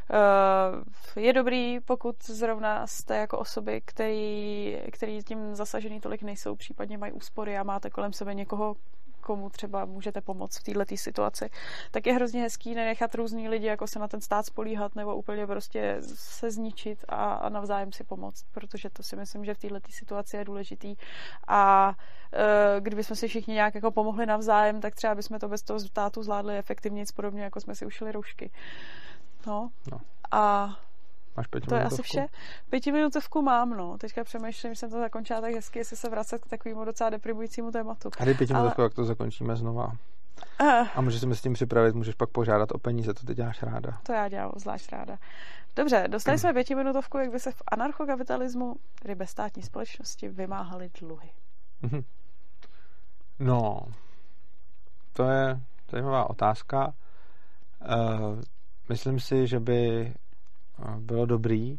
A: Je dobrý, pokud zrovna jste jako osoby, který tím zasažený tolik nejsou, případně mají úspory a máte kolem sebe někoho, komu třeba můžete pomoct v této situaci, tak je hrozně hezký nenechat různý lidi jako se na ten stát spolíhat nebo úplně prostě se zničit a navzájem si pomoct, protože to si myslím, že v této situaci je důležitý. A kdybychom si všichni nějak jako pomohli navzájem, tak třeba bychom to bez toho státu zvládli efektivně, podobně jako jsme si ušili roušky. No. A
B: máš 5
A: to je asi vše. 5minutovku mám, no. Teďka přemýšlím, že jsem to zakončila tak hezky, jestli se vracet k takovému docela deprimujícímu tématu.
B: A dej 5minutovku, jak to zakončíme znova. A můžeš se mi s tím připravit, můžeš pak požádat o peníze, to ty děláš ráda.
A: To já dělám zvlášť ráda. Dobře, dostali jsme 5minutovku, jak by se v anarchokapitalismu, tedy bez státní společnosti, vymáhaly dluhy.
B: No, to je zajímavá otázka. Myslím si, že by bylo dobrý.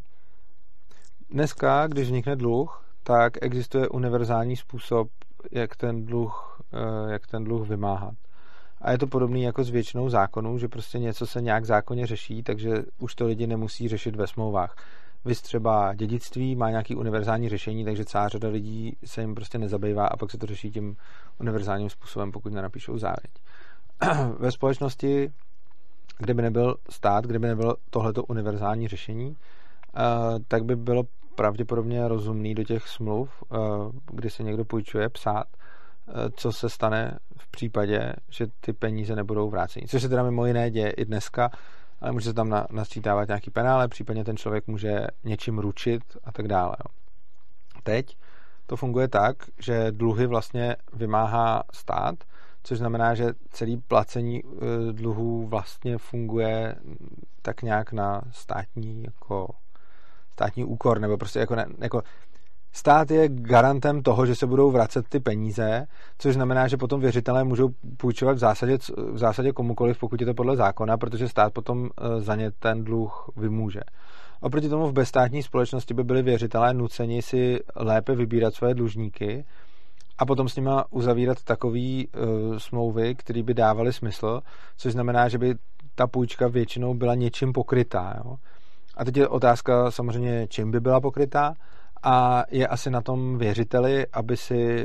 B: Dneska, když vznikne dluh, tak existuje univerzální způsob, jak ten dluh vymáhat. A je to podobný jako s většinou zákonů, že prostě něco se nějak zákonně řeší, takže už to lidi nemusí řešit ve smlouvách. Vys třeba dědictví má nějaký univerzální řešení, takže celá řada lidí se jim prostě nezabývá a pak se to řeší tím univerzálním způsobem, pokud nenapíšou závěť. Ve společnosti, kde by nebyl stát, kde by nebylo tohleto univerzální řešení, tak by bylo pravděpodobně rozumný do těch smluv, kdy se někdo půjčuje, psát, co se stane v případě, že ty peníze nebudou vráceny. Což se teda mimo jiné děje i dneska, ale může se tam nasčítávat nějaký penále, případně ten člověk může něčím ručit a tak dále. Teď to funguje tak, že dluhy vlastně vymáhá stát, což znamená, že celý placení dluhů vlastně funguje tak nějak na státní úkor, nebo prostě jako stát je garantem toho, že se budou vracet ty peníze, což znamená, že potom věřitelé můžou půjčovat v zásadě komukoliv, pokud je to podle zákona, protože stát potom za ně ten dluh vymůže. Oproti tomu v bezstátní společnosti by byli věřitelé nuceni si lépe vybírat své dlužníky a potom s nima uzavírat takové smlouvy, které by dávaly smysl, což znamená, že by ta půjčka většinou byla něčím pokrytá. Jo? A teď je otázka samozřejmě, čím by byla pokrytá, a je asi na tom věřiteli, aby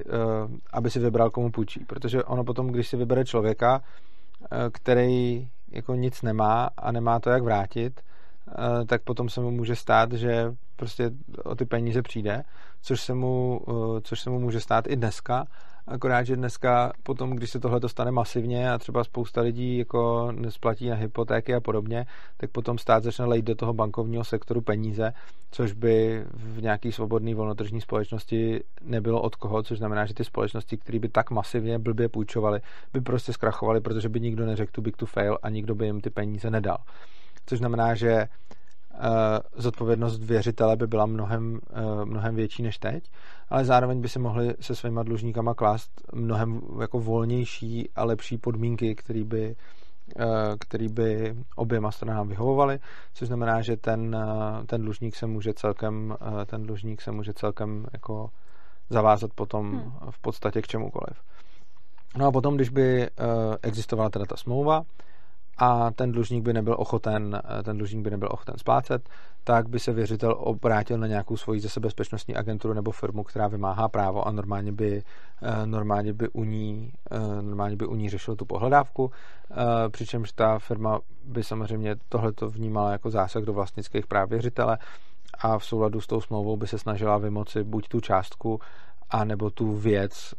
B: si vybral, komu půjčí. Protože ono potom, když si vybere člověka, který jako nic nemá a nemá to jak vrátit, tak potom se mu může stát, že prostě o ty peníze přijde, což se mu může stát i dneska, akorát, že dneska potom, když se tohle stane masivně a třeba spousta lidí jako nesplatí na hypotéky a podobně, tak potom stát začne lejt do toho bankovního sektoru peníze, což by v nějaký svobodný volnotržní společnosti nebylo od koho, což znamená, že ty společnosti, které by tak masivně blbě půjčovaly, by prostě zkrachovaly, protože by nikdo neřekl too big to fail a nikdo by jim ty peníze nedal. Což znamená, že zodpovědnost věřitele by byla mnohem větší než teď, ale zároveň by si mohli se svýma dlužníkama klást mnohem jako volnější a lepší podmínky, které by který by oběma stranám vyhovovaly, což znamená, že ten dlužník se může celkem jako zavázat potom v podstatě k čemukoliv. No a potom, když by existovala teda ta smlouva a ten dlužník by nebyl ochoten splácet, tak by se věřitel obrátil na nějakou svoji zase bezpečnostní agenturu nebo firmu, která vymáhá právo a normálně by u ní řešil tu pohledávku, přičemž ta firma by samozřejmě tohleto vnímala jako zásah do vlastnických práv věřitele a v souladu s tou smlouvou by se snažila vymoci buď tu částku, a nebo tu věc,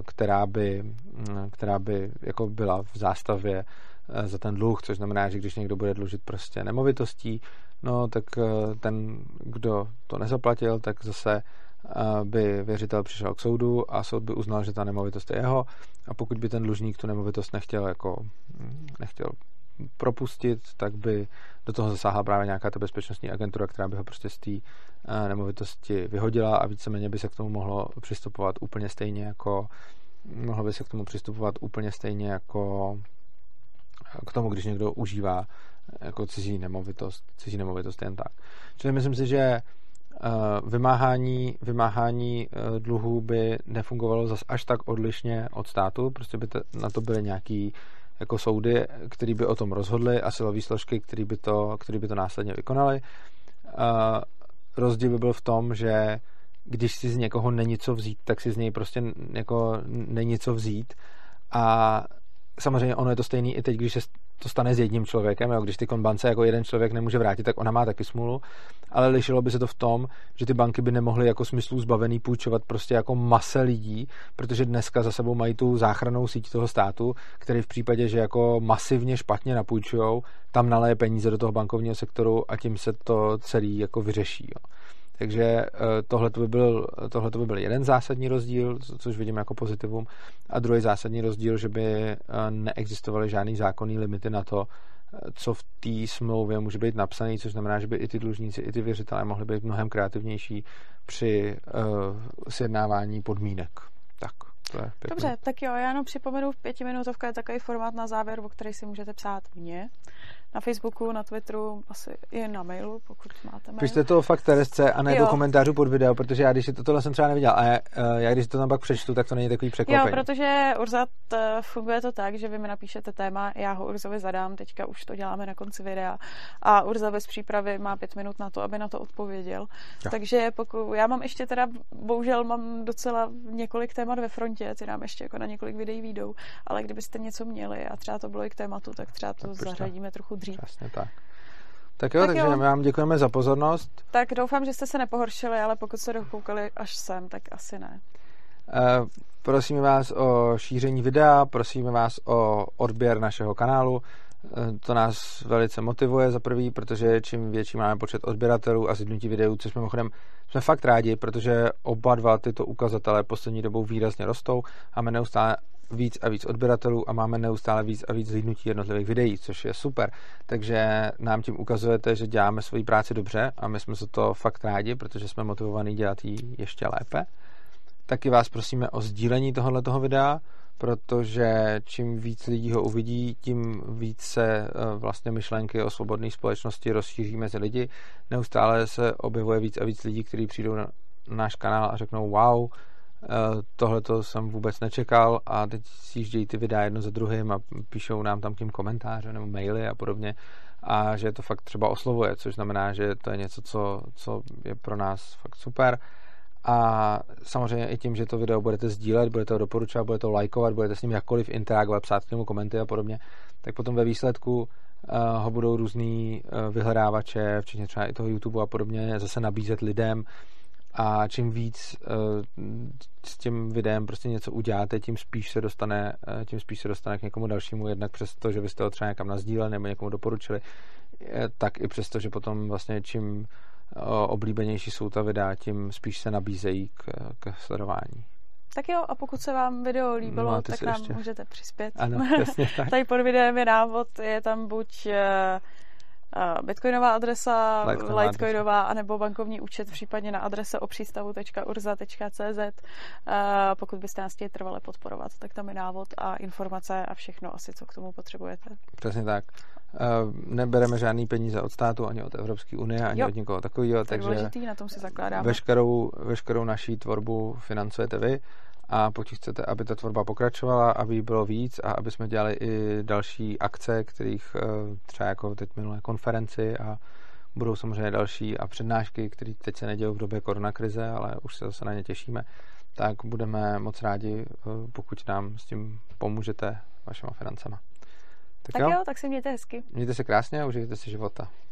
B: která by jako byla v zástavě za ten dluh, což znamená, že když někdo bude dlužit prostě nemovitostí, no tak ten, kdo to nezaplatil, tak zase by věřitel přišel k soudu a soud by uznal, že ta nemovitost je jeho, a pokud by ten dlužník tu nemovitost nechtěl propustit, tak by do toho zasáhla právě nějaká ta bezpečnostní agentura, která by ho prostě z té nemovitosti vyhodila a víceméně by se k tomu mohlo přistupovat úplně stejně jako k tomu, když někdo užívá jako cizí nemovitost jen tak. Čili myslím si, že vymáhání dluhů by nefungovalo zas až tak odlišně od státu, prostě by na to byly nějaký jako soudy, který by o tom rozhodly a silové složky, který by to následně vykonaly. Rozdíl by byl v tom, že když si z někoho není co vzít, tak si z něj prostě jako není co vzít, a samozřejmě ono je to stejný i teď, když se to stane s jedním člověkem, jo? Když ty bance jako jeden člověk nemůže vrátit, tak ona má taky smůlu, ale lišilo by se to v tom, že ty banky by nemohly jako smyslu zbavený půjčovat prostě jako mase lidí, protože dneska za sebou mají tu záchrannou síť toho státu, který v případě, že jako masivně špatně napůjčujou, tam naleje peníze do toho bankovního sektoru a tím se to celý jako vyřeší. Jo? Takže tohle by byl jeden zásadní rozdíl, což vidím jako pozitivum. A druhý zásadní rozdíl, že by neexistovaly žádný zákonný limity na to, co v té smlouvě může být napsané, což znamená, že by i ty dlužníci, i ty věřitelé mohli být mnohem kreativnější při sjednávání podmínek. Tak.
A: Dobře, tak jo, já jenom připomenu, 5minutovka je takový formát na závěr, o který si můžete psát mně. Na Facebooku, na Twitteru, asi i na mailu, pokud máte mail.
B: Pište to fakt Teresce a ne do komentářů pod video, protože já, když tohle jsem třeba neviděl, a já když to tam pak přečtu, tak to není takový překvapení.
A: Jo, protože Urzat funguje to tak, že vy mi napíšete téma, já ho Urzovi zadám, teďka už to děláme na konci videa a Urza bez přípravy má 5 minut na to, aby na to odpověděl. Jo. Takže já mám ještě teda, bohužel mám docela několik témat ve frontě, ty nám ještě jako na několik videí výjdou, ale kdybyste něco měli a třeba to bylo i k tématu, tak třeba to zařadíme trochu dřív.
B: Přesně tak. Tak jo, takže my vám děkujeme za pozornost.
A: Tak doufám, že jste se nepohoršili, ale pokud se dokoukali až sem, tak asi ne.
B: Prosíme vás o šíření videa, prosíme vás o odběr našeho kanálu. To nás velice motivuje za prvý, protože čím větší máme počet odběratelů a zhlédnutí videů, což mimochodem jsme fakt rádi, protože oba dva tyto ukazatele poslední dobou výrazně rostou a máme neustále víc a víc odběratelů a máme neustále víc a víc zhlédnutí jednotlivých videí, což je super. Takže nám tím ukazujete, že děláme svoji práci dobře a my jsme za to fakt rádi, protože jsme motivovaní dělat ji ještě lépe. Taky vás prosíme o sdílení tohoto videa, protože čím víc lidí ho uvidí, tím víc se vlastně myšlenky o svobodné společnosti rozšíří mezi lidi. Neustále se objevuje víc a víc lidí, kteří přijdou na náš kanál a řeknou wow, tohleto jsem vůbec nečekal, a teď sjíždějí ty videa jedno za druhým a píšou nám tam tím komentáře nebo maily a podobně, a že to fakt třeba oslovuje, což znamená, že to je něco, co je pro nás fakt super. A samozřejmě i tím, že to video budete sdílet, budete ho doporučovat, budete ho lajkovat, budete s ním jakkoliv interagovat, psát k němu komenty a podobně, tak potom ve výsledku ho budou různý vyhledávače, včetně třeba i toho YouTube a podobně, zase nabízet lidem. A čím víc s tím videem prostě něco uděláte, tím spíš se dostane k někomu dalšímu, jednak přes to, že byste ho třeba někam nasdíleli nebo někomu doporučili, tak i přes to, že potom vlastně čím oblíbenější jsou ta videa, tím spíš se nabízejí k sledování.
A: Tak jo, a pokud se vám video líbilo, tak nám můžete přispět.
B: Ano, přesně tak.
A: Tady pod videem je návod, je tam buď bitcoinová adresa,
B: Litecoinová
A: anebo bankovní účet, případně na adrese opřístavu.urza.cz. Pokud byste nás chtěli trvale podporovat, tak tam je návod a informace a všechno asi, co k tomu potřebujete.
B: Přesně tak. Nebereme žádný peníze od státu, ani od Evropské unie, ani od nikoho takového, takže
A: důležitý, na tom si zakládáme.
B: Veškerou naší tvorbu financujete vy a pokud chcete, aby ta tvorba pokračovala, aby jí bylo víc a aby jsme dělali i další akce, kterých třeba jako teď minulé konferenci a budou samozřejmě další a přednášky, které teď se nedějou v době koronakrize, ale už se zase na ně těšíme, tak budeme moc rádi, pokud nám s tím pomůžete vašima financema.
A: Tak jo, tak si mějte hezky.
B: Mějte se krásně a užijte si života.